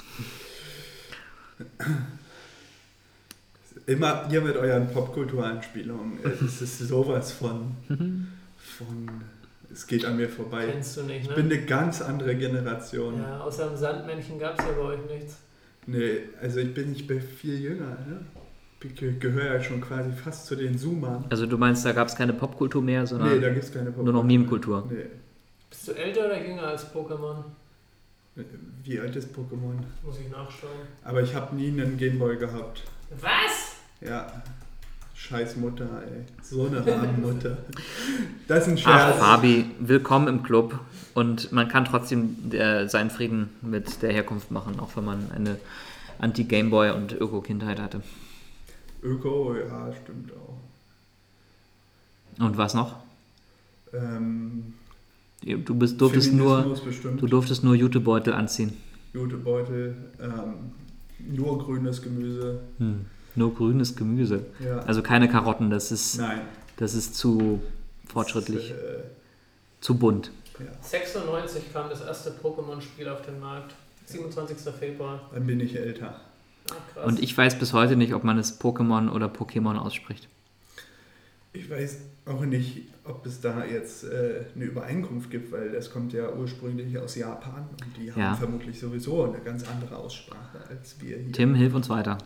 immer ihr mit euren Popkulturanspielungen. Es ist sowas von, von. Es geht an mir vorbei. Kennst du nicht, Ich ne? bin eine ganz andere Generation. Ja, außer dem Sandmännchen gab es ja bei euch nichts. Nee, also ich bin nicht viel jünger. Ne? Ich ge- gehöre ja schon quasi fast zu den Zoomern. Also du meinst, da gab es keine Popkultur mehr, sondern Nee, da gibt es keine Popkultur. nur noch Meme-Kultur. Nee. Bist du älter oder jünger als Pokémon? Wie alt ist Pokémon? Muss ich nachschauen. Aber ich habe nie einen Gameboy gehabt. Was? Ja. Scheiß Mutter, ey. So eine arme Mutter. Das ist ein Ach, Scherz. Fabi, willkommen im Club. Und man kann trotzdem äh, seinen Frieden mit der Herkunft machen, auch wenn man eine Anti-Gameboy und Öko-Kindheit hatte. Öko, ja, stimmt auch. Und was noch? Ähm, Du bist, durftest, nur, Feminismus bestimmt. du durftest nur Jutebeutel anziehen. Jutebeutel, ähm, nur grünes Gemüse. Hm. Nur grünes Gemüse. Ja. Also keine Karotten, das ist, Nein. das ist zu fortschrittlich, Das, äh, zu bunt. ja. sechsundneunzig kam das erste Pokémon-Spiel auf den Markt. siebenundzwanzigster Februar. Dann bin ich älter. Ah, krass. Und ich weiß bis heute nicht, ob man es Pokémon oder Pokémon ausspricht. Ich weiß auch nicht, ob es da jetzt äh, eine Übereinkunft gibt, weil das kommt ja ursprünglich aus Japan und die haben Ja. vermutlich sowieso eine ganz andere Aussprache als wir hier. Tim, hilf uns weiter.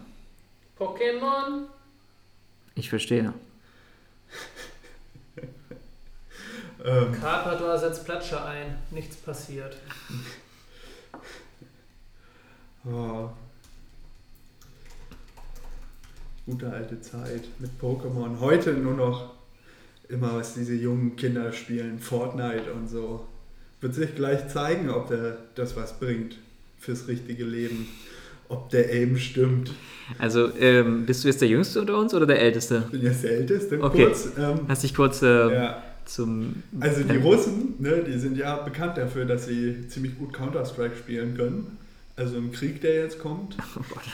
Pokémon? Ich verstehe. Ähm, Carpador setzt Platscher ein, nichts passiert. oh. Gute alte Zeit mit Pokémon. Heute nur noch immer, was diese jungen Kinder spielen, Fortnite und so. Wird sich gleich zeigen, ob der, das was bringt fürs richtige Leben. Ob der Aim stimmt. Also, ähm, bist du jetzt der Jüngste unter uns oder der Älteste? Ich bin jetzt der Älteste. Okay. Kurz, ähm, Hast dich kurz äh, ja. zum... Also die Russen, ne, die sind ja bekannt dafür, dass sie ziemlich gut Counter-Strike spielen können. Also im Krieg, der jetzt kommt. Oh Gott.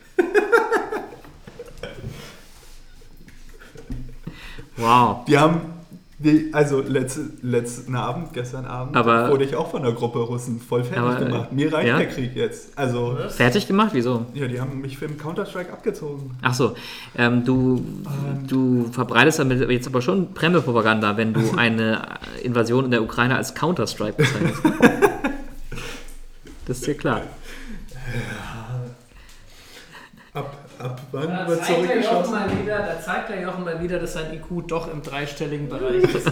Wow. Die haben, die, also letzte, letzten Abend, gestern Abend, Aber- wurde ich auch von der Gruppe Russen voll fertig Aber, äh, gemacht. Mir reicht ja? der Krieg jetzt. Also, Was? Fertig gemacht? Wieso? ja, die haben mich für den Counter-Strike abgezogen. Ach so, ähm, du, du verbreitest damit jetzt aber schon Kreml-Propaganda, wenn du eine Invasion in der Ukraine als Counter-Strike bezeichnest. Das ist ja klar. Ab, ab wann Da wird zeigt, der Jochen zurückgeschossen? mal wieder, da zeigt der Jochen mal wieder, dass sein I Q doch im dreistelligen Bereich ist.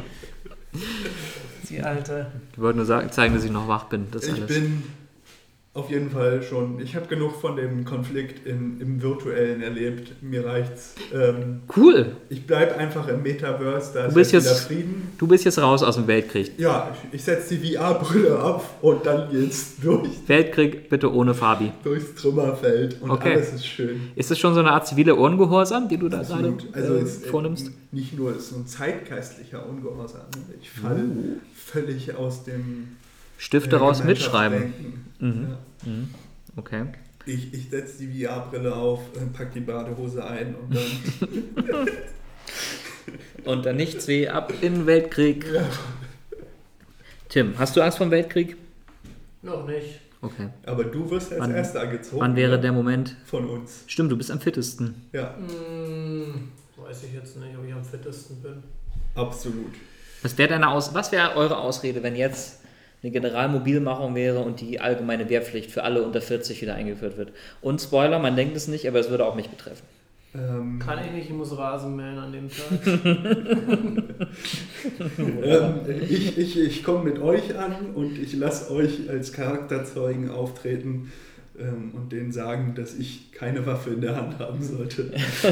Die alte. Ich wollte nur sagen, zeigen, dass ich noch wach bin. Das Ich alles. bin auf jeden Fall schon, ich habe genug von dem Konflikt im, im Virtuellen erlebt. Mir reicht's. Ähm, Cool. ich bleibe einfach im Metaverse, da Du ist bist jetzt wieder jetzt- Frieden. Du bist jetzt raus aus dem Weltkrieg. Ja, ich, ich setze die V R-Brille ab und dann geht's durch, Weltkrieg bitte ohne Fabi. durchs Trümmerfeld und Okay. alles ist schön. Ist das schon so eine Art zivile Ungehorsam, die du da gerade Absolut. Also äh, es, äh, vornimmst? nicht nur ist so ein zeitgeistlicher Ungehorsam. Ich falle Uh. völlig aus dem Stifte äh, raus mitschreiben. Gemeinschaftsdenken. Mhm. Ja. Mhm. Okay. Ich, ich setze die V R-Brille auf, äh, pack die Badehose ein und dann Und dann nichts wie ab in den Weltkrieg. Ja. Tim, hast du Angst vor dem Weltkrieg? Noch nicht. Okay. Aber du wirst als Wann- Erster angezogen. Wann wäre der Moment? von uns? Stimmt, du bist am fittesten. Ja, Hm, weiß ich jetzt nicht, ob ich am fittesten bin. absolut. Was wäre deine Aus was wäre eure Ausrede, wenn jetzt eine Generalmobilmachung wäre und die allgemeine Wehrpflicht für alle unter vierzig wieder eingeführt wird? Und Spoiler, man denkt es nicht, aber es würde auch mich betreffen. Ähm, Kann ich nicht, ich muss Rasen mähen an dem Tag. ähm, ich ich, ich komme mit euch an und ich lasse euch als Charakterzeugen auftreten ähm, und denen sagen, dass ich keine Waffe in der Hand haben sollte.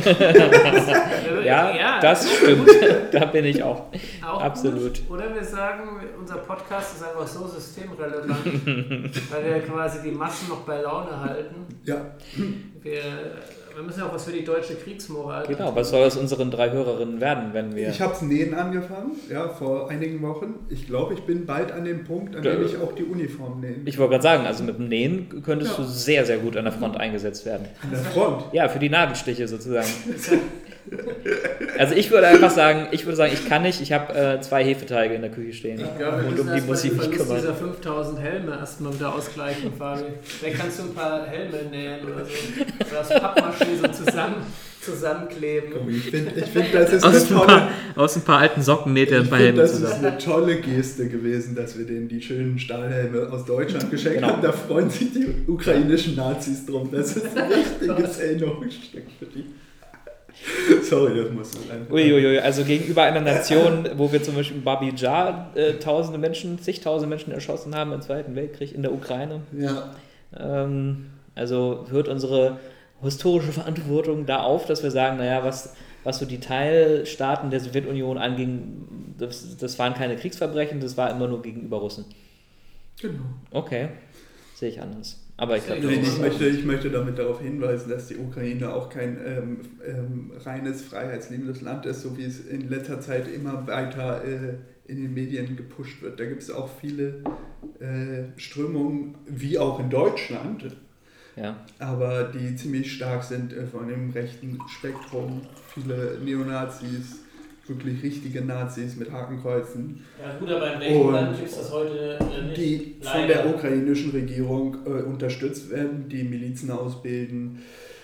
Ja, das stimmt. Da bin ich auch. Auch Absolut. Gut. Oder wir sagen, unser Podcast ist einfach so systemrelevant, weil wir quasi die Massen noch bei Laune halten. Ja, Wir, wir müssen ja auch was für die deutsche Kriegsmoral Genau, tun. was soll aus unseren drei Hörerinnen werden, wenn wir... ich habe Nähen angefangen, ja, vor einigen Wochen. Ich glaube, ich bin bald an dem Punkt, an Ja. dem ich auch die Uniform nähen. Ich wollte gerade sagen, also mit dem Nähen könntest Ja. du sehr, sehr gut an der Front eingesetzt werden. An der Front. Ja, für die Nadelstiche sozusagen. Also ich würde einfach sagen, ich würde sagen, ich kann nicht, ich habe äh, zwei Hefeteige in der Küche stehen. Ich glaube, wir Und müssen um die erst muss mal ich den mich Verlust kümmern. dieser fünftausend Helme erstmal wieder ausgleichen, Fabi. Vielleicht kannst du ein paar Helme nähen oder so. Oder das Pappmaché so zusammen, zusammenkleben. Ich finde, ich find, das ist Aus eine ein, tolle, paar, aus ein paar alten Socken näht er ich ein paar find, Helme das ist zusammen. eine tolle Geste gewesen, dass wir denen die schönen Stahlhelme aus Deutschland geschenkt Genau. haben. Da freuen sich die ukrainischen Nazis drum. Das ist ein richtiges Erinnerungsstück für die. Sorry, das muss man einfach. Uiuiui, also gegenüber einer Nation, wo wir zum Beispiel Babi Jar äh, tausende Menschen, zigtausende Menschen erschossen haben im Zweiten Weltkrieg in der Ukraine. Ja. Ähm, also hört unsere historische Verantwortung da auf, dass wir sagen, naja, was, was so die Teilstaaten der Sowjetunion anging, das, das waren keine Kriegsverbrechen, das war immer nur gegenüber Russen. Genau. Okay, sehe ich anders. Aber ich glaube, Ja, Nein, das ich, ist möchte, ich möchte damit darauf hinweisen, dass die Ukraine auch kein ähm, ähm, reines, freiheitsliebendes Land ist, so wie es in letzter Zeit immer weiter äh, in den Medien gepusht wird. Da gibt es auch viele äh, Strömungen, wie auch in Deutschland, ja. aber die ziemlich stark sind äh, von dem rechten Spektrum. Viele Neonazis, wirklich richtige Nazis mit Hakenkreuzen, Ja gut, aber in welchem Und Land gibt es das heute äh, nicht? die von Leider. der ukrainischen Regierung äh, unterstützt werden, die Milizen ausbilden,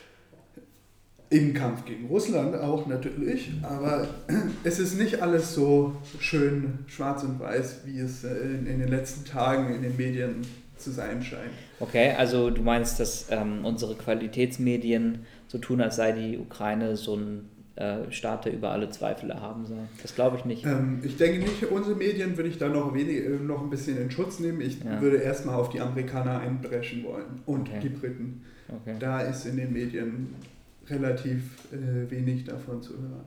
im Kampf gegen Russland auch natürlich, aber es ist nicht alles so schön schwarz und weiß, wie es äh, in, in den letzten Tagen in den Medien zu sein scheint. Okay, also du meinst, dass ähm, unsere Qualitätsmedien so tun, als sei die Ukraine so ein äh, Staat, der über alle Zweifel erhaben sei. Das glaube ich nicht. Ähm, ich denke nicht, unsere Medien würde ich da noch, wenig, äh, noch ein bisschen in Schutz nehmen. Ich Ja. würde erstmal auf die Amerikaner einbrechen wollen und Okay. die Briten. Okay. Da ist in den Medien relativ äh, wenig davon zu hören.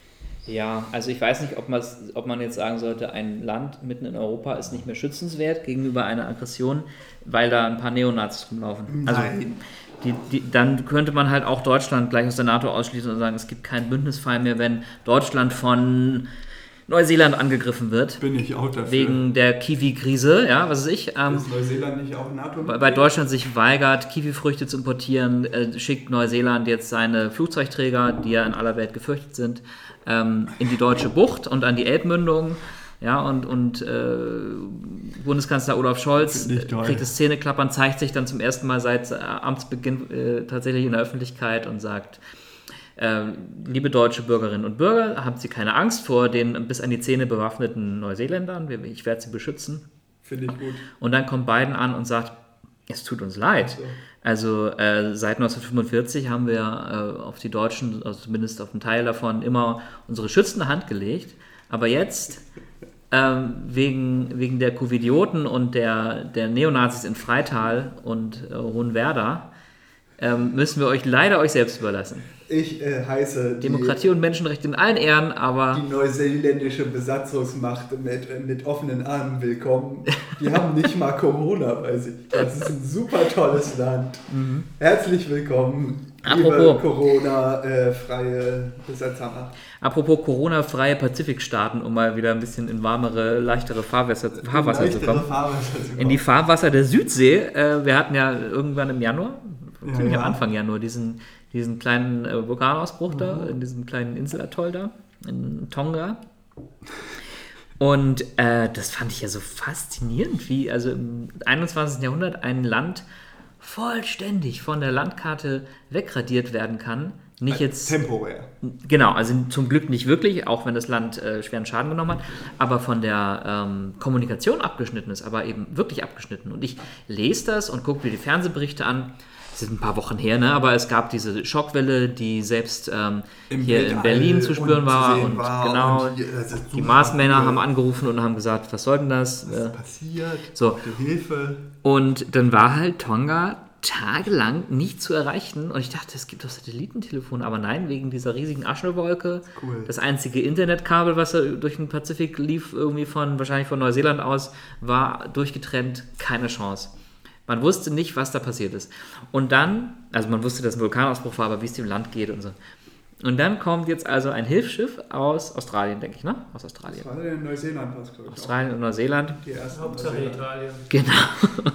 Ja, also ich weiß nicht, ob, ob man jetzt sagen sollte, ein Land mitten in Europa ist nicht mehr schützenswert gegenüber einer Aggression, weil da ein paar Neonazis rumlaufen. Also Nein. die, die, dann könnte man halt auch Deutschland gleich aus der NATO ausschließen und sagen, es gibt keinen Bündnisfall mehr, wenn Deutschland von Neuseeland angegriffen wird. Bin ich auch dafür. Wegen der Kiwi-Krise, ja, was weiß ich. Ähm, ist Neuseeland nicht auch NATO? Weil Deutschland sich weigert, Kiwifrüchte zu importieren, äh, schickt Neuseeland jetzt seine Flugzeugträger, die ja in aller Welt gefürchtet sind, ähm, in die deutsche Bucht und an die Elbmündung. Ja, und, und äh, Bundeskanzler Olaf Scholz kriegt das Zähneklappern, zeigt sich dann zum ersten Mal seit äh, Amtsbeginn äh, tatsächlich in der Öffentlichkeit und sagt, äh, liebe deutsche Bürgerinnen und Bürger, haben Sie keine Angst vor den bis an die Zähne bewaffneten Neuseeländern, ich werde sie beschützen. Finde ich gut. Und dann kommt Biden an und sagt, es tut uns leid. So. Also äh, seit neunzehnhundertfünfundvierzig haben wir äh, auf die Deutschen, also zumindest auf einen Teil davon, immer unsere schützende Hand gelegt. Aber jetzt, ähm, wegen, wegen der Covidioten und der, der Neonazis in Freital und äh, Hohenwerda, ähm, müssen wir euch leider euch selbst überlassen. Ich äh, heiße die, Demokratie und Menschenrechte in allen Ehren, aber... die neuseeländische Besatzungsmacht mit, mit offenen Armen willkommen. Die haben nicht mal Corona bei sich. Das ist ein super tolles Land. Mhm. Herzlich willkommen, liebe Apropos- Corona-freie Besatzermacht. Apropos Corona-freie Pazifikstaaten, um mal wieder ein bisschen in warmere, leichtere Fahrwasser, Fahrwasser zu Leichtere kommen. Fahrwasser zu kommen. In die Fahrwasser der Südsee. Äh, wir hatten ja irgendwann im Januar, Ja, ziemlich ja. am Anfang Januar, diesen, diesen kleinen äh, Vulkanausbruch mhm. da, in diesem kleinen Inselatoll da, in Tonga. Und äh, das fand ich ja so faszinierend, wie also im einundzwanzigsten Jahrhundert ein Land vollständig von der Landkarte wegradiert werden kann. Nicht jetzt temporär. Genau, also zum Glück nicht wirklich, auch wenn das Land äh, schweren Schaden genommen hat, aber von der ähm, Kommunikation abgeschnitten ist, aber eben wirklich abgeschnitten. Und ich lese das und gucke mir die Fernsehberichte an. Das ist ein paar Wochen her, ne? Aber es gab diese Schockwelle, die selbst ähm, hier Weltall in Berlin zu spüren und war. zu sehen Und war genau, und die, das ist die super Marsmänner cool. haben angerufen und haben gesagt, was soll denn das? Was Äh, ist passiert? so. Die Hilfe. Und dann war halt Tonga tagelang nicht zu erreichen und ich dachte, es gibt doch Satellitentelefone, aber nein, wegen dieser riesigen Aschewolke. Cool. Das einzige Internetkabel, was da durch den Pazifik lief, irgendwie von wahrscheinlich von Neuseeland aus, war durchgetrennt, keine Chance. Man wusste nicht, was da passiert ist. Und dann, also man wusste, dass ein Vulkanausbruch war, aber wie es dem Land geht und so. Und dann kommt jetzt also ein Hilfsschiff aus Australien, denke ich, ne? Aus Australien. Das war in Neuseeland, was glaube ich. Australien und Neuseeland. Die ersten Hauptsache Neuseeland. Italien. Genau.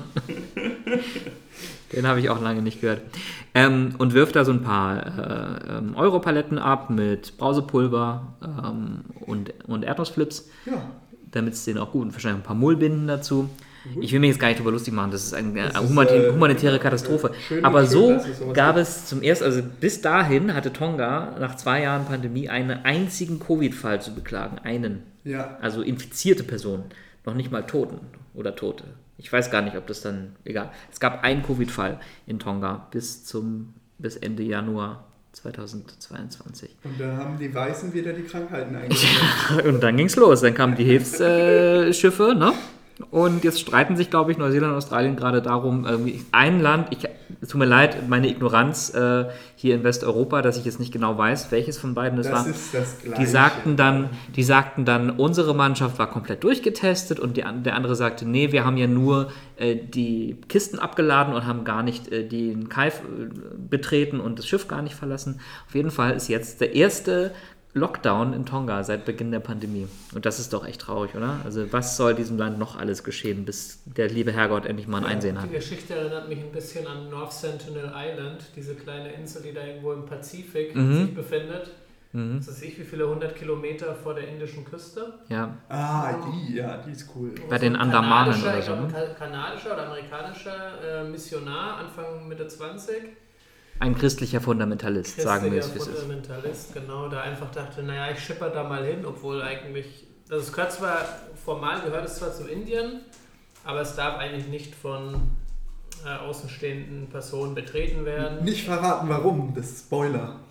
Den habe ich auch lange nicht gehört. Ähm, und wirft da so ein paar äh, ähm, Europaletten ab mit Brausepulver ähm, und, und Erdnussflips, Ja. damit es denen auch gut und wahrscheinlich ein paar Mullbinden dazu. Ich will mich jetzt gar nicht drüber lustig machen, das ist eine Das ist, humanitäre, äh, humanitäre Katastrophe. schön- Aber schön, so dass es sowas gab gibt. es zum ersten, also bis dahin hatte Tonga nach zwei Jahren Pandemie einen einzigen Covid-Fall zu beklagen. Einen. Ja. Also infizierte Personen, noch nicht mal Toten oder Tote. Ich weiß gar nicht, ob das dann, egal. Es gab einen Covid-Fall in Tonga bis zum, bis Ende Januar zweitausendzweiundzwanzig. Und da haben die Weißen wieder die Krankheiten eingeführt. Und dann ging's los. Dann kamen die Hilfsschiffe, ne? Und jetzt streiten sich, glaube ich, Neuseeland und Australien gerade darum, irgendwie ein Land, ich, es tut mir leid, meine Ignoranz äh, hier in Westeuropa, dass ich jetzt nicht genau weiß, welches von beiden es Das war. ist das Gleiche. Die sagten dann, die sagten dann, unsere Mannschaft war komplett durchgetestet und die, der andere sagte, nee, wir haben ja nur äh, die Kisten abgeladen und haben gar nicht äh, den Kai äh, betreten und das Schiff gar nicht verlassen. Auf jeden Fall ist jetzt der erste Lockdown in Tonga seit Beginn der Pandemie. Und das ist doch echt traurig, oder? Also was soll diesem Land noch alles geschehen, bis der liebe Herrgott endlich mal ein Einsehen hat? Die Geschichte erinnert mich ein bisschen an North Sentinel Island, diese kleine Insel, die da irgendwo im Pazifik Mhm. sich befindet. Mhm. Das ist ich, wie viele hundert Kilometer vor der indischen Küste. Ja, Ah, die, ja, die ist cool. Bei So den ein Andamanen kanadischer, oder ich so, glaube, ne? ein ka- kanadischer oder amerikanischer äh, Missionar, Anfang Mitte zwanzig. ein christlicher Fundamentalist, sagen wir es, wie es Christlicher ist. Fundamentalist, genau, der einfach dachte, naja, ich schipper da mal hin, obwohl eigentlich, also es gehört zwar, formal gehört es zwar zu Indien, aber es darf eigentlich nicht von äh, außenstehenden Personen betreten werden. Nicht verraten, warum. Das ist Spoiler.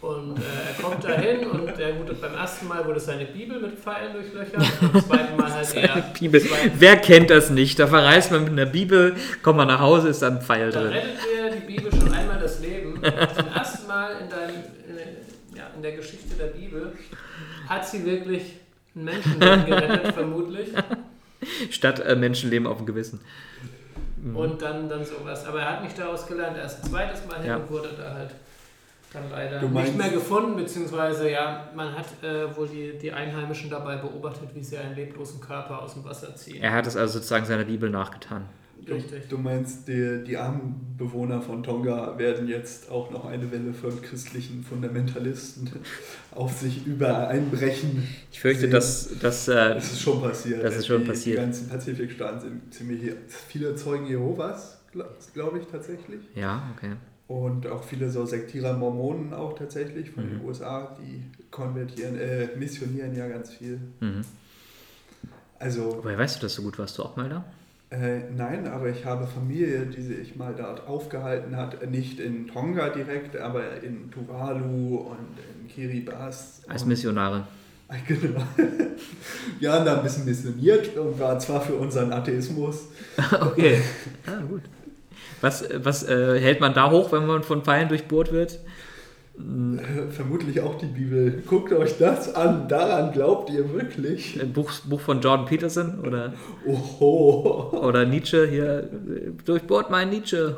Und äh, er kommt dahin und ja, gut, beim ersten Mal wurde seine Bibel mit Pfeilen durchlöchert und beim zweiten Mal halt eher... Bibel. Wer kennt das nicht? Da verreist man mit einer Bibel, kommt man nach Hause, ist dann ein Pfeil Da drin. rettet dir die Bibel schon einmal das Leben. Zum ersten Mal in, deinem, in, ja, in der Geschichte der Bibel hat sie wirklich ein Menschenleben gerettet, vermutlich. Statt äh, Menschenleben auf dem Gewissen. Mhm. Und dann, dann sowas. Aber er hat nicht daraus gelernt. Er ist ein zweites Mal hin Ja. und wurde da halt dann leider Du meinst- nicht mehr gefunden, beziehungsweise ja, man hat äh, wohl die, die Einheimischen dabei beobachtet, wie sie einen leblosen Körper aus dem Wasser ziehen. Er hat es also sozusagen seiner Bibel nachgetan. Richtig. Du meinst, die, die armen Bewohner von Tonga werden jetzt auch noch eine Welle von christlichen Fundamentalisten auf sich über einbrechen? Ich fürchte, sehen? dass... dass äh, Das ist schon passiert. Das ist schon die, passiert. Die ganzen Pazifikstaaten sind ziemlich viele Zeugen Jehovas, glaube glaub ich tatsächlich. ja, okay. Und auch viele so Sektierer Mormonen auch tatsächlich von Mhm. den U S A, die konvertieren, äh, missionieren ja ganz viel. Mhm. Also, Woher weißt du das so gut? Warst du auch mal da? äh, nein, aber ich habe Familie, die sich mal dort aufgehalten hat, nicht in Tonga direkt, aber in Tuvalu und in Kiribati. Als und, Missionare. Genau. Wir haben da ein bisschen missioniert und war zwar für unseren Atheismus. Okay. Ah, gut. Was, was äh, hält man da hoch, wenn man von Pfeilen durchbohrt wird? Äh, vermutlich auch die Bibel. Guckt euch das an, daran glaubt ihr wirklich? Ein Buch, Buch von Jordan Peterson oder, Oho. oder Nietzsche hier. äh, Durchbohrt mein Nietzsche.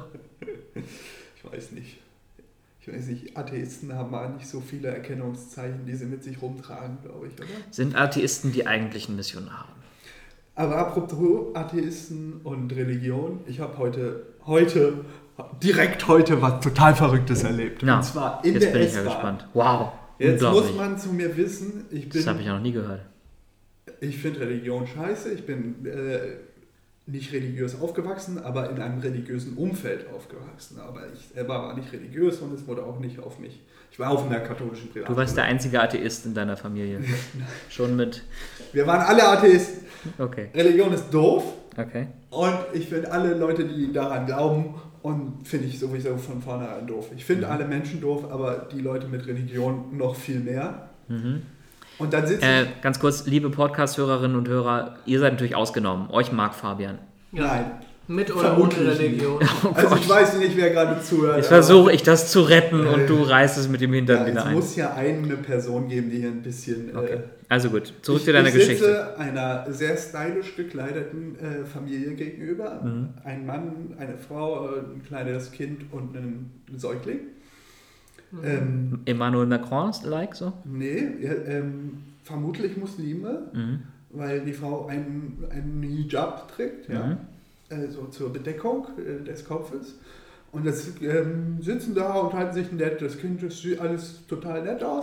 Ich weiß nicht. Ich weiß nicht, Atheisten haben mal nicht so viele Erkennungszeichen, die sie mit sich rumtragen, glaube ich, oder? Sind Atheisten die eigentlichen Missionare? Aber apropos Atheisten und Religion, ich habe heute, heute, direkt heute was total Verrücktes erlebt. Na, und zwar in jetzt der bin ich ja S-Bahn. gespannt. Wow. Jetzt unglaublich. muss man zu mir wissen, ich bin, Das habe ich ja noch nie gehört. ich finde Religion scheiße, ich bin äh, nicht religiös aufgewachsen, aber in einem religiösen Umfeld aufgewachsen. Aber ich selber war nicht religiös und es wurde auch nicht auf mich. Ich war auf einer katholischen Privatschule. Du warst der einzige Atheist in deiner Familie. Schon mit. Wir waren alle Atheisten. Okay. Religion ist doof Okay. und ich finde alle Leute, die daran glauben, und finde ich sowieso von vornherein doof. Ich finde Mhm. alle Menschen doof, aber die Leute mit Religion noch viel mehr. Mhm. Und dann sitze Äh, ich... ganz kurz, liebe Podcast-Hörerinnen und Hörer, ihr seid natürlich ausgenommen. Euch mag Fabian. Ja. Nein. Mit oder ohne Vermutlich Religion. Also ich weiß nicht, wer gerade zuhört. Jetzt aber- versuche ich das zu retten und Äh, du reißt es mit dem Hintern Ja, wieder es ein. muss ja eine Person geben, die hier ein bisschen... Okay. Äh, Also gut, zurück ich, zu deiner ich Geschichte. sitze einer sehr stylisch gekleideten äh, Familie gegenüber. Mhm. Ein Mann, eine Frau, äh, ein kleines Kind und ein Säugling. Mhm. Ähm, Emmanuel Macron-like so? nee, ja, ähm, vermutlich Muslime, Mhm. weil die Frau einen, einen Hijab trägt, ja, Mhm. also zur Bedeckung äh, des Kopfes. Und das ähm, sitzen da und halten sich nett. Das Kind, das sieht alles total nett aus.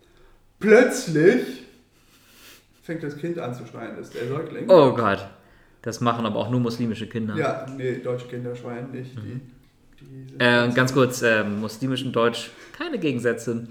Plötzlich fängt das Kind an zu schreien, das ist der Säugling. Oh Gott. Das machen aber auch nur muslimische Kinder. Ja, nee, deutsche Kinder schreien nicht. Die, die sind Äh, ganz kurz, äh, muslimisch und Deutsch, keine Gegensätze.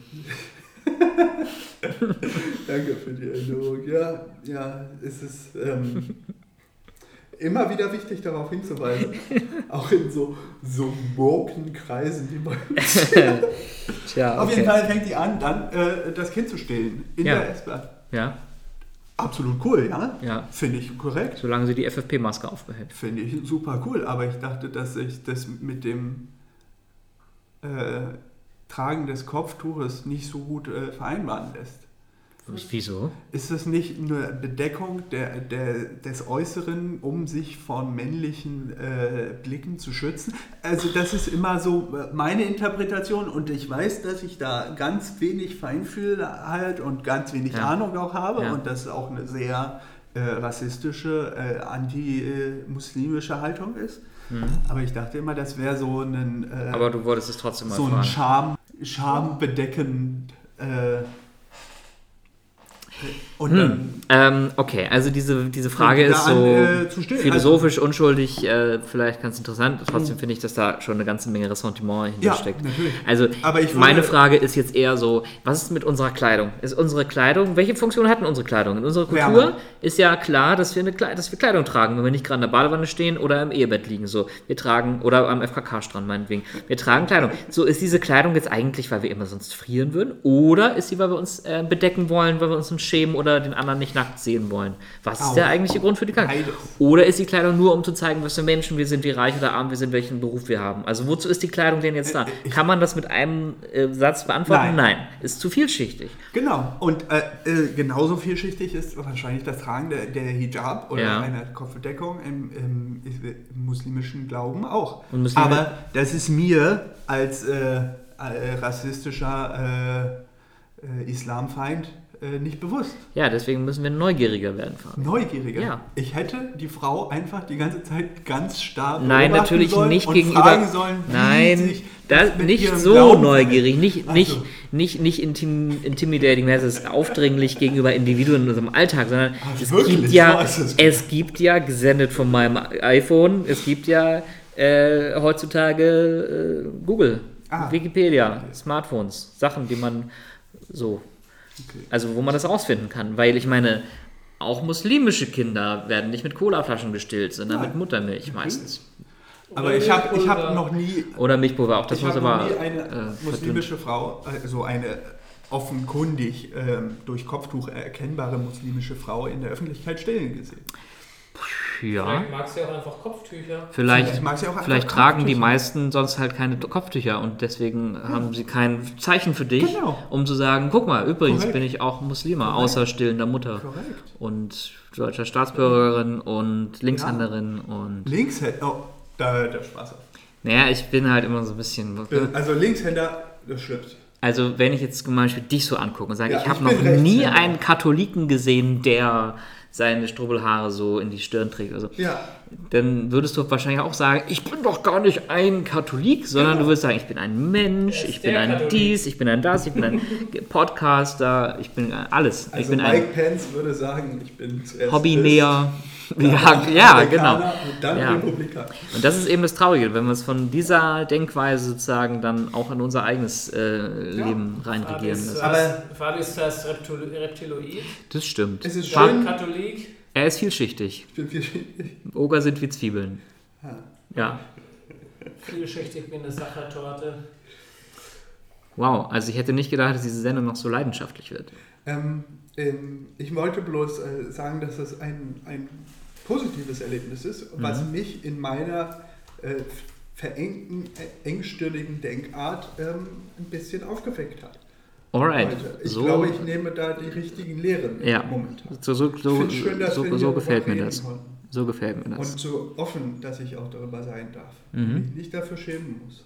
Danke für die Erinnerung. Ja, ja, es ist ähm, immer wieder wichtig, darauf hinzuweisen. Auch in so, so woken Kreisen wie bei uns. Tja, Auf jeden okay. Fall fängt die an, dann äh, das Kind zu stillen in Ja. der S-Bahn. Ja, Absolut cool, ja? ja. Finde ich korrekt. Solange sie die F F P-Maske aufbehält. Finde ich super cool, aber ich dachte, dass sich das mit dem äh, Tragen des Kopftuches nicht so gut äh, vereinbaren lässt. Wieso? Ist das nicht eine Bedeckung der, der, des Äußeren, um sich von männlichen äh, Blicken zu schützen? Also das ist immer so meine Interpretation und ich weiß, dass ich da ganz wenig Feinfühl halt und ganz wenig Ja. Ahnung auch habe Ja. und das ist auch eine sehr äh, rassistische, äh, anti-muslimische Haltung ist. Mhm. Aber ich dachte immer, das wäre so ein, äh, Aber du wolltest es trotzdem mal so ein fragen. Scham, schambedeckend... Äh, Und Hm. dann Ähm, okay, also diese, diese Frage Fängt ist wieder so an, äh, zu stehen. philosophisch unschuldig, äh, vielleicht ganz interessant. Trotzdem finde ich, dass da schon eine ganze Menge Ressentiment Ja, hintersteckt. natürlich. Also Aber ich meine würde- Frage ist jetzt eher so, was ist mit unserer Kleidung? Ist unsere Kleidung, welche Funktion hat denn unsere Kleidung? In unserer Kultur Wärme. ist ja klar, dass wir, eine, Kle- dass wir Kleidung tragen, wenn wir nicht gerade in der Badewanne stehen oder im Ehebett liegen. So, wir tragen, oder am F K K-Strand meinetwegen. Wir tragen Kleidung. So, ist diese Kleidung jetzt eigentlich, weil wir immer sonst frieren würden? Oder ist sie, weil wir uns äh, bedecken wollen, weil wir uns uns schämen oder den anderen nicht nackt sehen wollen? Was ist Auch. der eigentliche Grund für die Kleidung? Beides. Oder ist die Kleidung nur, um zu zeigen, was für Menschen wir sind, wie reich oder arm wir sind, welchen Beruf wir haben? Also wozu ist die Kleidung denn jetzt da? ich- Kann man das mit einem äh, Satz beantworten? Nein. Ist zu vielschichtig. Genau. Und äh, äh, genauso vielschichtig ist wahrscheinlich das Tragen der, der Hijab oder Ja. einer Kopfbedeckung im, im, im muslimischen Glauben auch. Und Muslime- Aber das ist mir als äh, äh, rassistischer äh, äh, Islamfeind äh, nicht bewusst. Ja, deswegen müssen wir neugieriger werden. Fabian. Neugieriger. Ja. Ich hätte die Frau einfach die ganze Zeit ganz starr Nein, beobachten natürlich sollen nicht und gegenüber. fragen sollen, wie Nein, sich das, mit nicht ihrem so Glauben neugierig, verhält. nicht, Ach nicht, so. nicht, nicht intim, intimidating, das ist aufdringlich gegenüber Individuen in unserem Alltag, sondern Ach, es wirklich? gibt ja, So ist es. es gibt ja gesendet von meinem iPhone, es gibt ja äh, heutzutage äh, Google, Ah. Wikipedia, Smartphones, Sachen, die man so, Okay. also wo man das rausfinden kann, weil ich meine, auch muslimische Kinder werden nicht mit Colaflaschen gestillt, sondern Nein. mit Muttermilch meistens. Aber ich habe ich hab noch nie Oder Milchpulver auch, das ich muss habe noch aber nie eine äh, muslimische Frau, also eine offenkundig ähm, durch Kopftuch erkennbare muslimische Frau in der Öffentlichkeit stillen gesehen. ja. Vielleicht magst du ja auch einfach Kopftücher. Vielleicht, Vielleicht mag sie auch einfach vielleicht tragen die Kopftücher. meisten sonst halt keine Kopftücher und deswegen haben sie kein Zeichen für dich, Genau. um zu sagen, guck mal, übrigens Korrekt. bin ich auch Muslima, Korrekt. außer stillender Mutter Korrekt. und deutscher Staatsbürgerin und Linkshänderin und... Linkshänder, oh, da hört der Spaß auf. Naja, ich bin halt immer so ein bisschen... Also Linkshänder, das stimmt. Also wenn ich jetzt zum Beispiel dich so angucke und sage, Ja, ich habe ich noch bin nie Rechtshänder. einen Katholiken gesehen, der seine Strubbelhaare so in die Stirn trägt. Also, Ja, dann würdest du wahrscheinlich auch sagen, ich bin doch gar nicht ein Katholik, sondern Genau. du würdest sagen, ich bin ein Mensch, Er ist ich bin der ein Katholik. dies, ich bin ein das, ich bin ein Podcaster, ich bin alles. also ich bin Mike ein Pence würde sagen, ich bin zuerst Hobbynäher. Christ, Ja, dann ja, Amerikaner genau. Und dann Ja. Republikaner. Und das ist eben das Traurige, wenn wir es von dieser Denkweise sozusagen dann auch in unser eigenes äh, Leben reinregieren lassen. Aber- Fabi ist das Reptil- Reptiloid, Das stimmt. Es ist Fa- schön. Katholik. Er ist vielschichtig. Ich bin viel, Oger sind wie Zwiebeln. Ja. Ja. Vielschichtig wie eine Sachertorte. Wow, also ich hätte nicht gedacht, dass diese Sendung noch so leidenschaftlich wird. Ähm, ähm, ich wollte bloß äh, sagen, dass es ein, ein positives Erlebnis ist, was Mhm. mich in meiner äh, verengten, äh, engstirnigen Denkart ähm, ein bisschen aufgeweckt hat. Alright. Heute. Ich so, glaube, ich nehme da die richtigen Lehren Ja. momentan. so, so, Ich so, finde schön, dass so, wir so hier gefällt darüber mir reden das. konnten. So gefällt mir das. Und so offen, dass ich auch darüber sein darf. Mhm. Und mich nicht dafür schämen muss.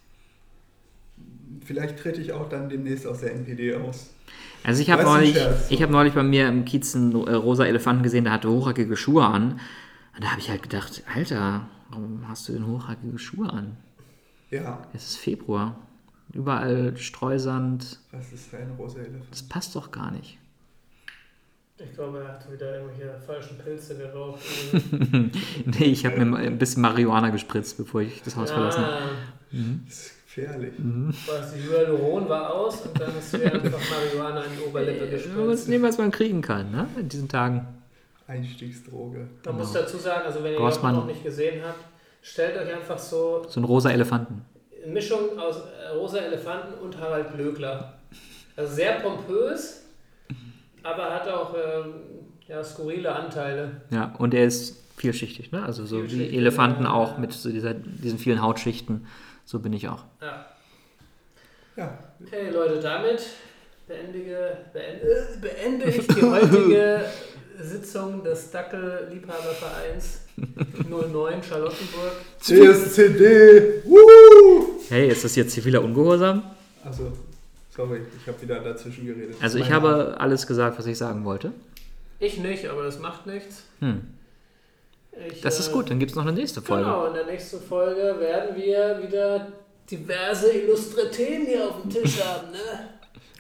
Vielleicht trete ich auch dann demnächst aus der N P D aus. Also ich habe Weißt du, neulich, Scherz, so. ich hab neulich bei mir im Kiez einen äh, rosa Elefanten gesehen, der hatte hochhackige Schuhe an. Und da habe ich halt gedacht, Alter, warum hast du denn hochhackige Schuhe an? Ja, Es ist Februar. Überall Streusand. was ist für ein rosa Elefant? Das passt doch gar nicht. Ich glaube, er hat wieder irgendwelche falschen Pilze geraucht. Nee, ich habe mir ein bisschen Marihuana gespritzt, bevor ich das Haus verlassen habe. Ah, Das ist gefährlich. was, die Hyaluron war aus und dann hast du dir einfach Marihuana in die Oberlippe Man muss gespritzt. nehmen, was man kriegen kann, ne? In diesen Tagen. Einstiegsdroge. Man muss dazu sagen, also wenn ihr Grossmann. das noch nicht gesehen habt, stellt euch einfach so So ein rosa Elefanten. eine Mischung aus äh, Rosa Elefanten und Harald Glöckler. Also sehr pompös, aber hat auch ähm, ja, skurrile Anteile. Ja, und er ist vielschichtig, ne? Also so wie Vielschichtig, Elefanten ja. auch mit so dieser, diesen vielen Hautschichten. So bin ich auch. Ja. Ja, Okay, Leute, damit beendige, beende, beende ich die heutige Sitzung des Dackel-Liebhabervereins null neun Charlottenburg. C S C D! Woo! Hey, ist das jetzt ziviler Ungehorsam? Also, sorry, ich habe wieder dazwischen geredet. Also ich Meine habe alles gesagt, was ich sagen wollte. Ich nicht, aber das macht nichts. Hm. Ich, Das ist äh, gut, dann gibt es noch eine nächste Folge. Genau, in der nächsten Folge werden wir wieder diverse illustre Themen hier auf dem Tisch haben. Ne?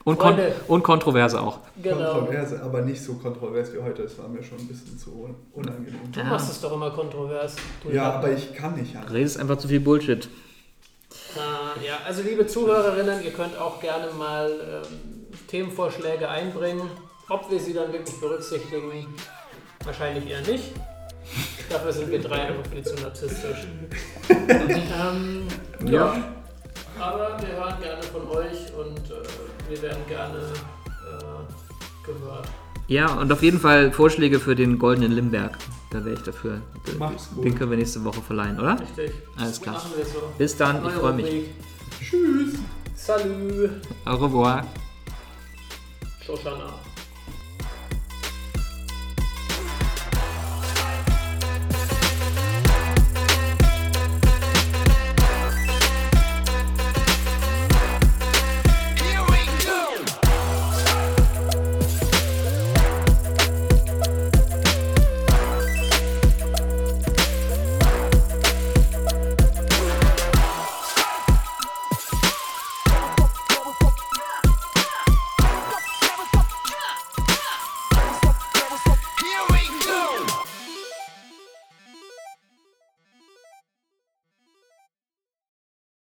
Und, kon Freunde. und Kontroverse auch. Genau. Kontroverse, aber nicht so kontrovers wie heute. Es war mir schon ein bisschen zu unangenehm. Du machst es doch immer kontrovers. Du Ja, Lappen. aber ich kann nicht. Ja. Redest einfach zu viel Bullshit. Äh, ja, also liebe Zuhörerinnen, ihr könnt auch gerne mal ähm, Themenvorschläge einbringen. Ob wir sie dann wirklich berücksichtigen, wahrscheinlich eher nicht. Dafür sind wir drei einfach viel zu narzisstisch. ähm, ja. Ja. Aber wir hören gerne von euch und äh, wir werden gerne äh, gehört. Ja, und auf jeden Fall Vorschläge für den goldenen Limberg. Da wäre ich dafür. Mach's gut. Den können wir nächste Woche verleihen, oder? Richtig. Alles klar. Machen wir so. Bis dann, ich Neue freue mich. Rubrik. Tschüss. Salut. Au revoir. Shoshana.